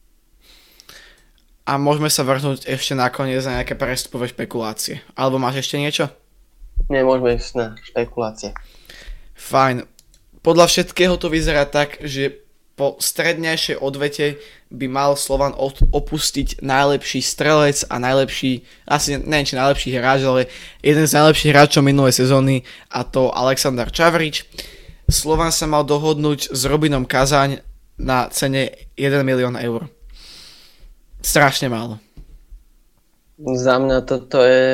A môžeme sa vrhnúť ešte nakoniec na nejaké prestupové špekulácie. Alebo máš ešte niečo? Nie, môžeme ísť na špekulácie. Fajn. Podľa všetkého to vyzerá tak, že po strednejšej odvete by mal Slovan opustiť najlepší strelec a najlepší, asi neviem či najlepší hráč, ale jeden z najlepších hráčov minulej sezóny, a to Alexander Čavrič. Slovan sa mal dohodnúť s Robinom Kazaň na cene 1 milión eur. Strašne málo. Za mňa toto je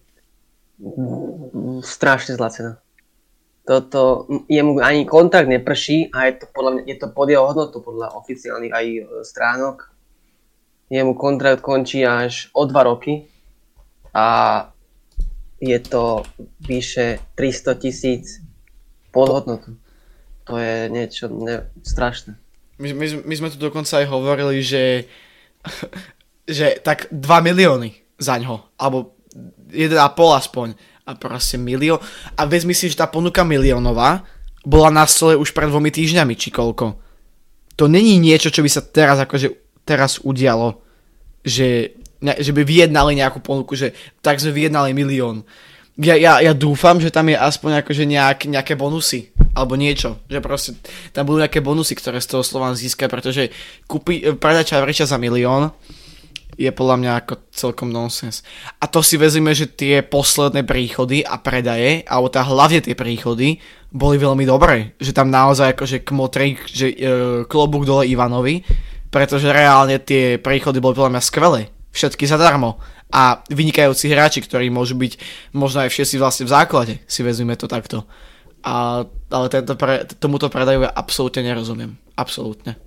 strašne zlá cena. Toto jemu ani kontrakt neprší a je to podľa mňa, je to pod jeho hodnotu podľa oficiálnych aj stránok. Jemu kontrakt končí až o 2 roky a je to vyše 300 000 pod hodnotu. To je niečo strašné. My sme tu dokonca aj hovorili, že tak 2 milióny za ňo, alebo 1,5 aspoň. A proste milión. A vezmi si, že tá ponuka miliónová bola na stole už pred 2 týždňami, či koľko. To není niečo, čo by sa teraz udialo, že by vyjednali nejakú ponuku, že tak sme vyjednali milión. Ja dúfam, že tam je aspoň akože nejaké bonusy, alebo niečo, že proste tam budú nejaké bonusy, ktoré z toho Slovan získa, pretože predať Čavriča za milión je podľa mňa ako celkom nonsens. A to si vezme, že tie posledné príchody a predaje, alebo hlavne tie príchody, boli veľmi dobré. Že tam naozaj akože kmotrik, že klobúk dole Ivanovi, pretože reálne tie príchody boli podľa mňa skvelé. Všetky zadarmo. A vynikajúci hráči, ktorí môžu byť možno aj všetci vlastne v základe, si vezmeme to takto. Ale tomuto predaju ja absolútne nerozumiem. Absolútne.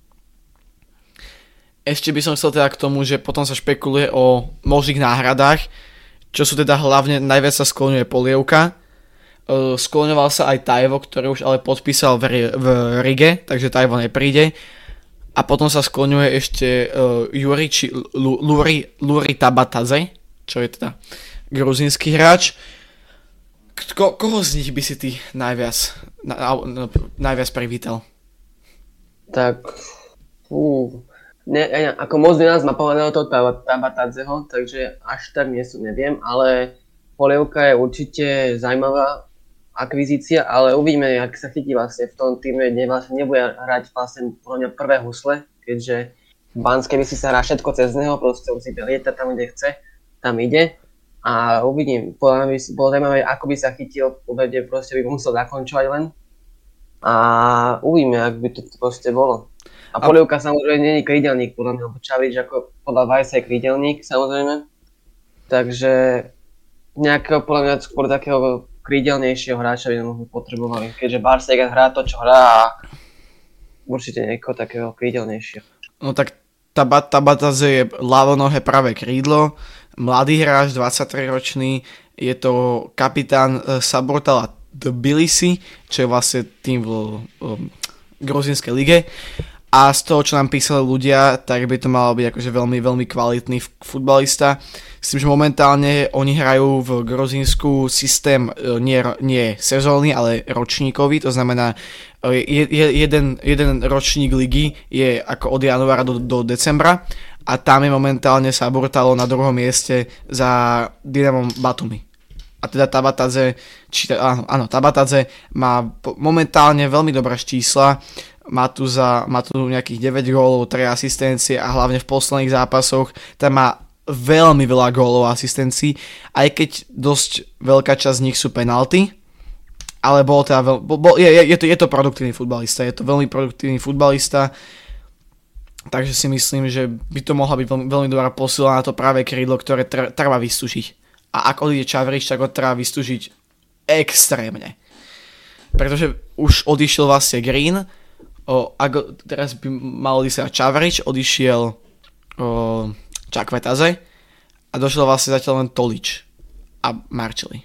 Ešte by som chcel teda k tomu, že potom sa špekuluje o možných náhradách, čo sú teda hlavne, najviac sa skloňuje Polievka, skloňoval sa aj Taivo, ktorý už ale podpísal v Rige, takže Taivo nepríde, a potom sa skloňuje ešte Luri Tabatadze, čo je teda gruzínsky hráč. Koho z nich by si ty najviac privítal? Tak, ako moc by nás napovedalo toho Tabatadzeho, takže až tak neviem, ale Polievka je určite zaujímavá akvizícia, ale uvidíme, jak sa chytí vlastne v tom týme, kde vlastne nebude hrať vlastne podľa mňa prvé husle, keďže v Banskej Bystrici sa hrá všetko cez neho, proste on si lieta tam, kde chce, tam ide a uvidím, podľa mňa by bolo zaujímavé, ako by sa chytil, kde proste by musel zakončovať len a uvidíme, ak by to proste bolo. A Polievka samozrejme nie je krídelník, podľa mňa, lebo Čavrič ako podľa Vajsa je krídelník, samozrejme. Takže nejakého, podľa mňa, skôr takého krídelnejšieho hráča by sme potrebovali, keďže Barsega hrá to, čo hrá a určite niekoho takého krídelnejšieho. No tak Tabatadze je ľavonohé pravé krídlo, mladý hráč, 23-ročný, je to kapitán Sabortala Tbilisi, čo je vlastne tým v gruzínskej lige. A z toho, čo nám písali ľudia, tak by to malo byť akože veľmi, veľmi kvalitný futbalista. S tým, že momentálne oni hrajú v Gruzínsku systém nie sezónny, ale ročníkový. To znamená, jeden ročník ligy je ako od januára do decembra a tam je momentálne Sabortalo na druhom mieste za Dynamom Batumi. A teda Tabatadze má momentálne veľmi dobré čísla. Má tu nejakých 9 gólov, 3 asistencie a hlavne v posledných zápasoch tam má veľmi veľa gólov a asistencií, aj keď dosť veľká časť z nich sú penalty, ale je to produktívny futbalista, je to veľmi produktívny futbalista, takže si myslím, že by to mohla byť veľmi dobrá posila na to práve krídlo, ktoré treba vystúžiť. A ak odíde Čavrič, tak ho treba vystúžiť extrémne. Pretože už odišiel vlastne Green, teraz by mal ísť Čavrič, odišiel Čakvetaze a došiel vlastne zatiaľ len Tolič a Marcelli.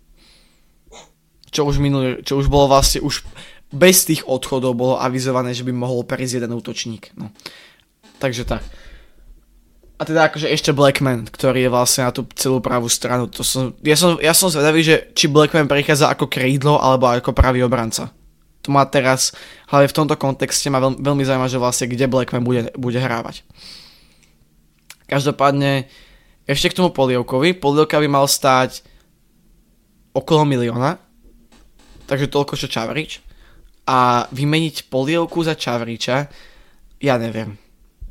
Čo už bolo vlastne, už bez tých odchodov bolo avizované, že by mohol prejsť jeden útočník. No. Takže tak. A teda akože ešte Blackman, ktorý je vlastne na tú celú pravú stranu. Ja som zvedavý, že či Blackman prichádza ako krídlo alebo ako pravý obranca. To má teraz, hlavne v tomto kontexte ma veľmi zaujíma, že vlastne kde Blackman bude hrávať. Každopádne ešte k tomu Polievkovi. Polievka by mal stáť okolo 1 milióna, takže toľko čo Čavrič. A vymeniť Polievku za Čavriča, ja neviem.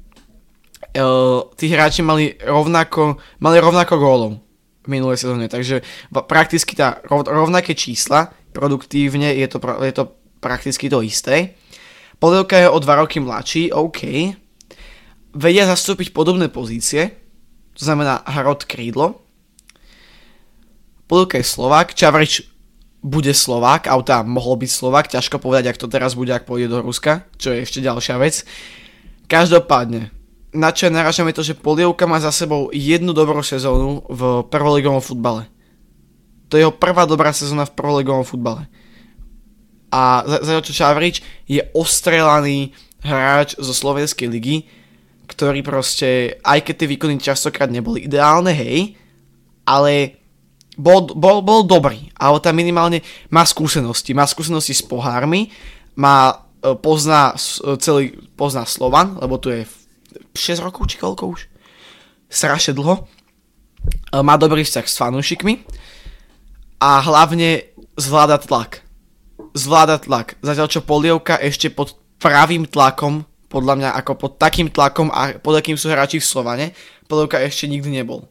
Tí hráči mali rovnako gólov v minulej sezóne, takže prakticky rovnaké čísla, produktívne je to prakticky to isté. Polievka je o 2 roky mladší, OK. Vedia zastúpiť podobné pozície, to znamená hrot krídlo. Polievka je Slovák, Čavrič bude Slovák, auta mohol byť Slovák, ťažko povedať, ak to teraz bude, ak pôjde do Ruska, čo je ešte ďalšia vec. Každopádne, na čo narážame to, že Polievka má za sebou jednu dobrú sezónu v prvoligovom futbale. To je jeho prvá dobrá sezóna v prvoligovom futbale. A za čo Čavrič je ostrelaný hráč zo slovenskej ligy, ktorý proste, aj keď tie výkony častokrát neboli ideálne, hej, ale bol dobrý. Ale tam minimálne má skúsenosti. Má skúsenosti s pohármi, pozná Slovan, lebo tu je 6 rokov, či koľko už? Strašne dlho. Má dobrý vzťah s fanúšikmi a hlavne zvláda tlak. Zatiaľ čo Polievka ešte pod pravým tlakom, podľa mňa ako pod takým tlakom a pod akým sú hráči v Slovane, Polievka ešte nikdy nebol.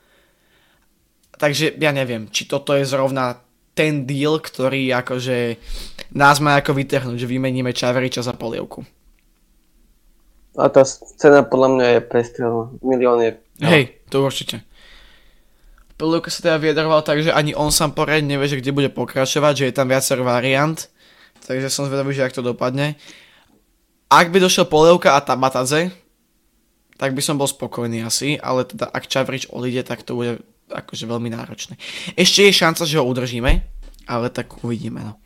Takže ja neviem, či toto je zrovna ten deal, ktorý akože nás má ako vytrhnúť, že vymeníme Čavriča za Polievku. A tá cena podľa mňa je prestrelná. 1 milión je... Hej, to určite. Polievka sa teda vyjadroval tak, že ani on sám poriadne nevie, že kde bude pokračovať, že je tam viacero variant. Takže som zvedavý, že ak to dopadne. Ak by došiel Polievka a Tabatadze, tak by som bol spokojný asi, ale teda ak Čavrič odíde, tak to bude akože veľmi náročné. Ešte je šanca, že ho udržíme, ale tak uvidíme, no.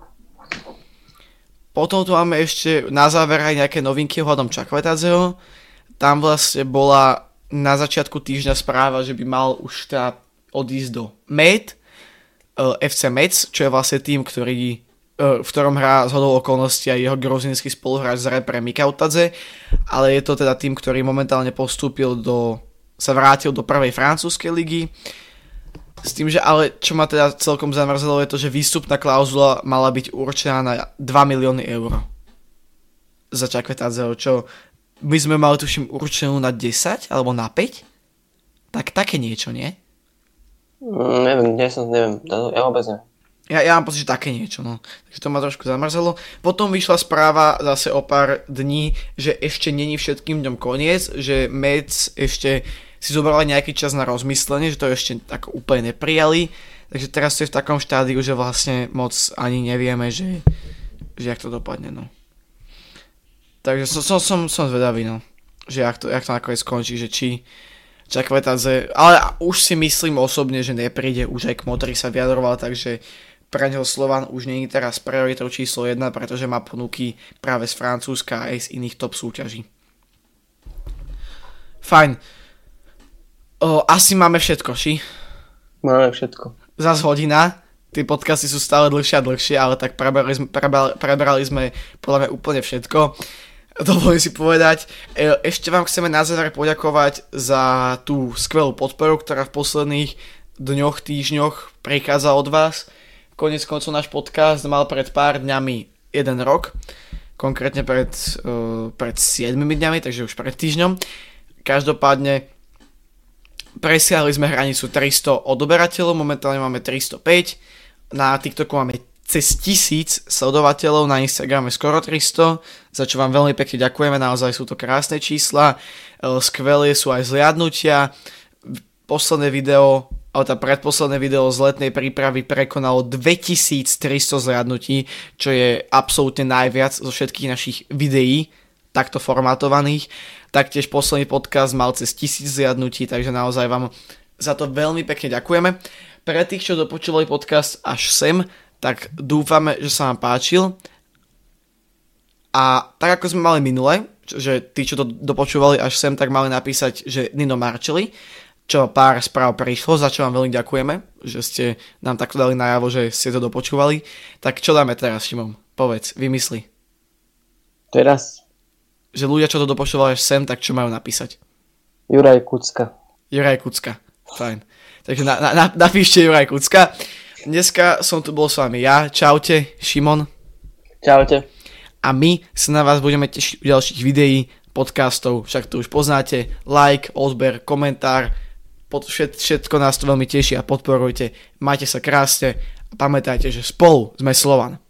Potom tu máme ešte na záver aj nejaké novinky ohľadom Čakvetadzeho. Tam vlastne bola na začiatku týždňa správa, že by mal už teda odísť do Med, FC Metz, čo je vlastne tým, v ktorom hrá zhodou okolností aj jeho gruzínsky spoluhráč z repre Mikautadze, ale je to teda tým, ktorý momentálne sa vrátil do prvej francúzskej ligy. S tým, že ale čo ma teda celkom zamrzelo je to, že výstupná klauzula mala byť určená na 2 milióny eur za Čakvetadzeho, čo my sme mali tuším určenú na 10 alebo na 5? Tak také niečo, nie? Neviem, ja vôbec neviem. Ja mám pocit, že také niečo, no. Takže to ma trošku zamrzelo. Potom vyšla správa zase o pár dní, že ešte není všetkým dňom koniec, že Metz ešte si zobrali nejaký čas na rozmyslenie, že to ešte tak úplne neprijali. Takže teraz to je v takom štádiu, že vlastne moc ani nevieme, že jak to dopadne, no. Takže som zvedavý, no. Že jak to nakoniec skončí, že či Čakvetadze, ale už si myslím osobne, že nepríde, už aj k Modri sa vyjadroval, takže pre neho Slovan už nie je teraz prioritou číslo 1, pretože má ponuky práve z Francúzska aj z iných top súťaží. Fajn. Asi máme všetko, či? Máme všetko. Zas hodina. Tie podcasty sú stále dlhšie a dlhšie, ale tak prebrali sme podľa mňa úplne všetko. Dovolím si povedať. Ešte vám chceme na záver poďakovať za tú skvelú podporu, ktorá v posledných dňoch, týždňoch prichádza od vás. Koniec koncov náš podcast mal pred pár dňami 1 rok. Konkrétne pred 7 dňami, takže už pred týždňom. Každopádne presiahli sme hranicu 300 odoberateľov, momentálne máme 305, na TikToku máme cez 1000 sledovateľov, na Instagrame skoro 300, za čo vám veľmi pekne ďakujeme, naozaj sú to krásne čísla, skvelé sú aj zliadnutia, posledné video, ale tá predposledné video z letnej prípravy prekonalo 2300 zliadnutí, čo je absolútne najviac zo všetkých našich videí, takto formatovaných. Taktiež posledný podcast mal cez 1000 zliadnutí, takže naozaj vám za to veľmi pekne ďakujeme. Pre tých, čo dopočúvali podcast až sem, tak dúfame, že sa vám páčil. A tak ako sme mali minule, že tí, čo to dopočúvali až sem, tak mali napísať, že Nino Marcelli, čo pár správ prišlo, za čo vám veľmi ďakujeme, že ste nám takto dali najavo, že ste to dopočúvali. Tak čo dáme teraz, Šimon? Povedz, vymysli. Teraz? Že ľudia, čo to dopočúvali až sem, tak čo majú napísať? Juraj Kucka. Juraj Kucka, fajn. Takže napíšte Juraj Kucka. Dneska som tu bol s vami ja. Čaute, Šimon. Čaute. A my sa na vás budeme tešiť u ďalších videí, podcastov, však to už poznáte. Like, odber, komentár, všetko nás to veľmi teší a podporujte. Majte sa krásne a pamätajte, že spolu sme Slovan.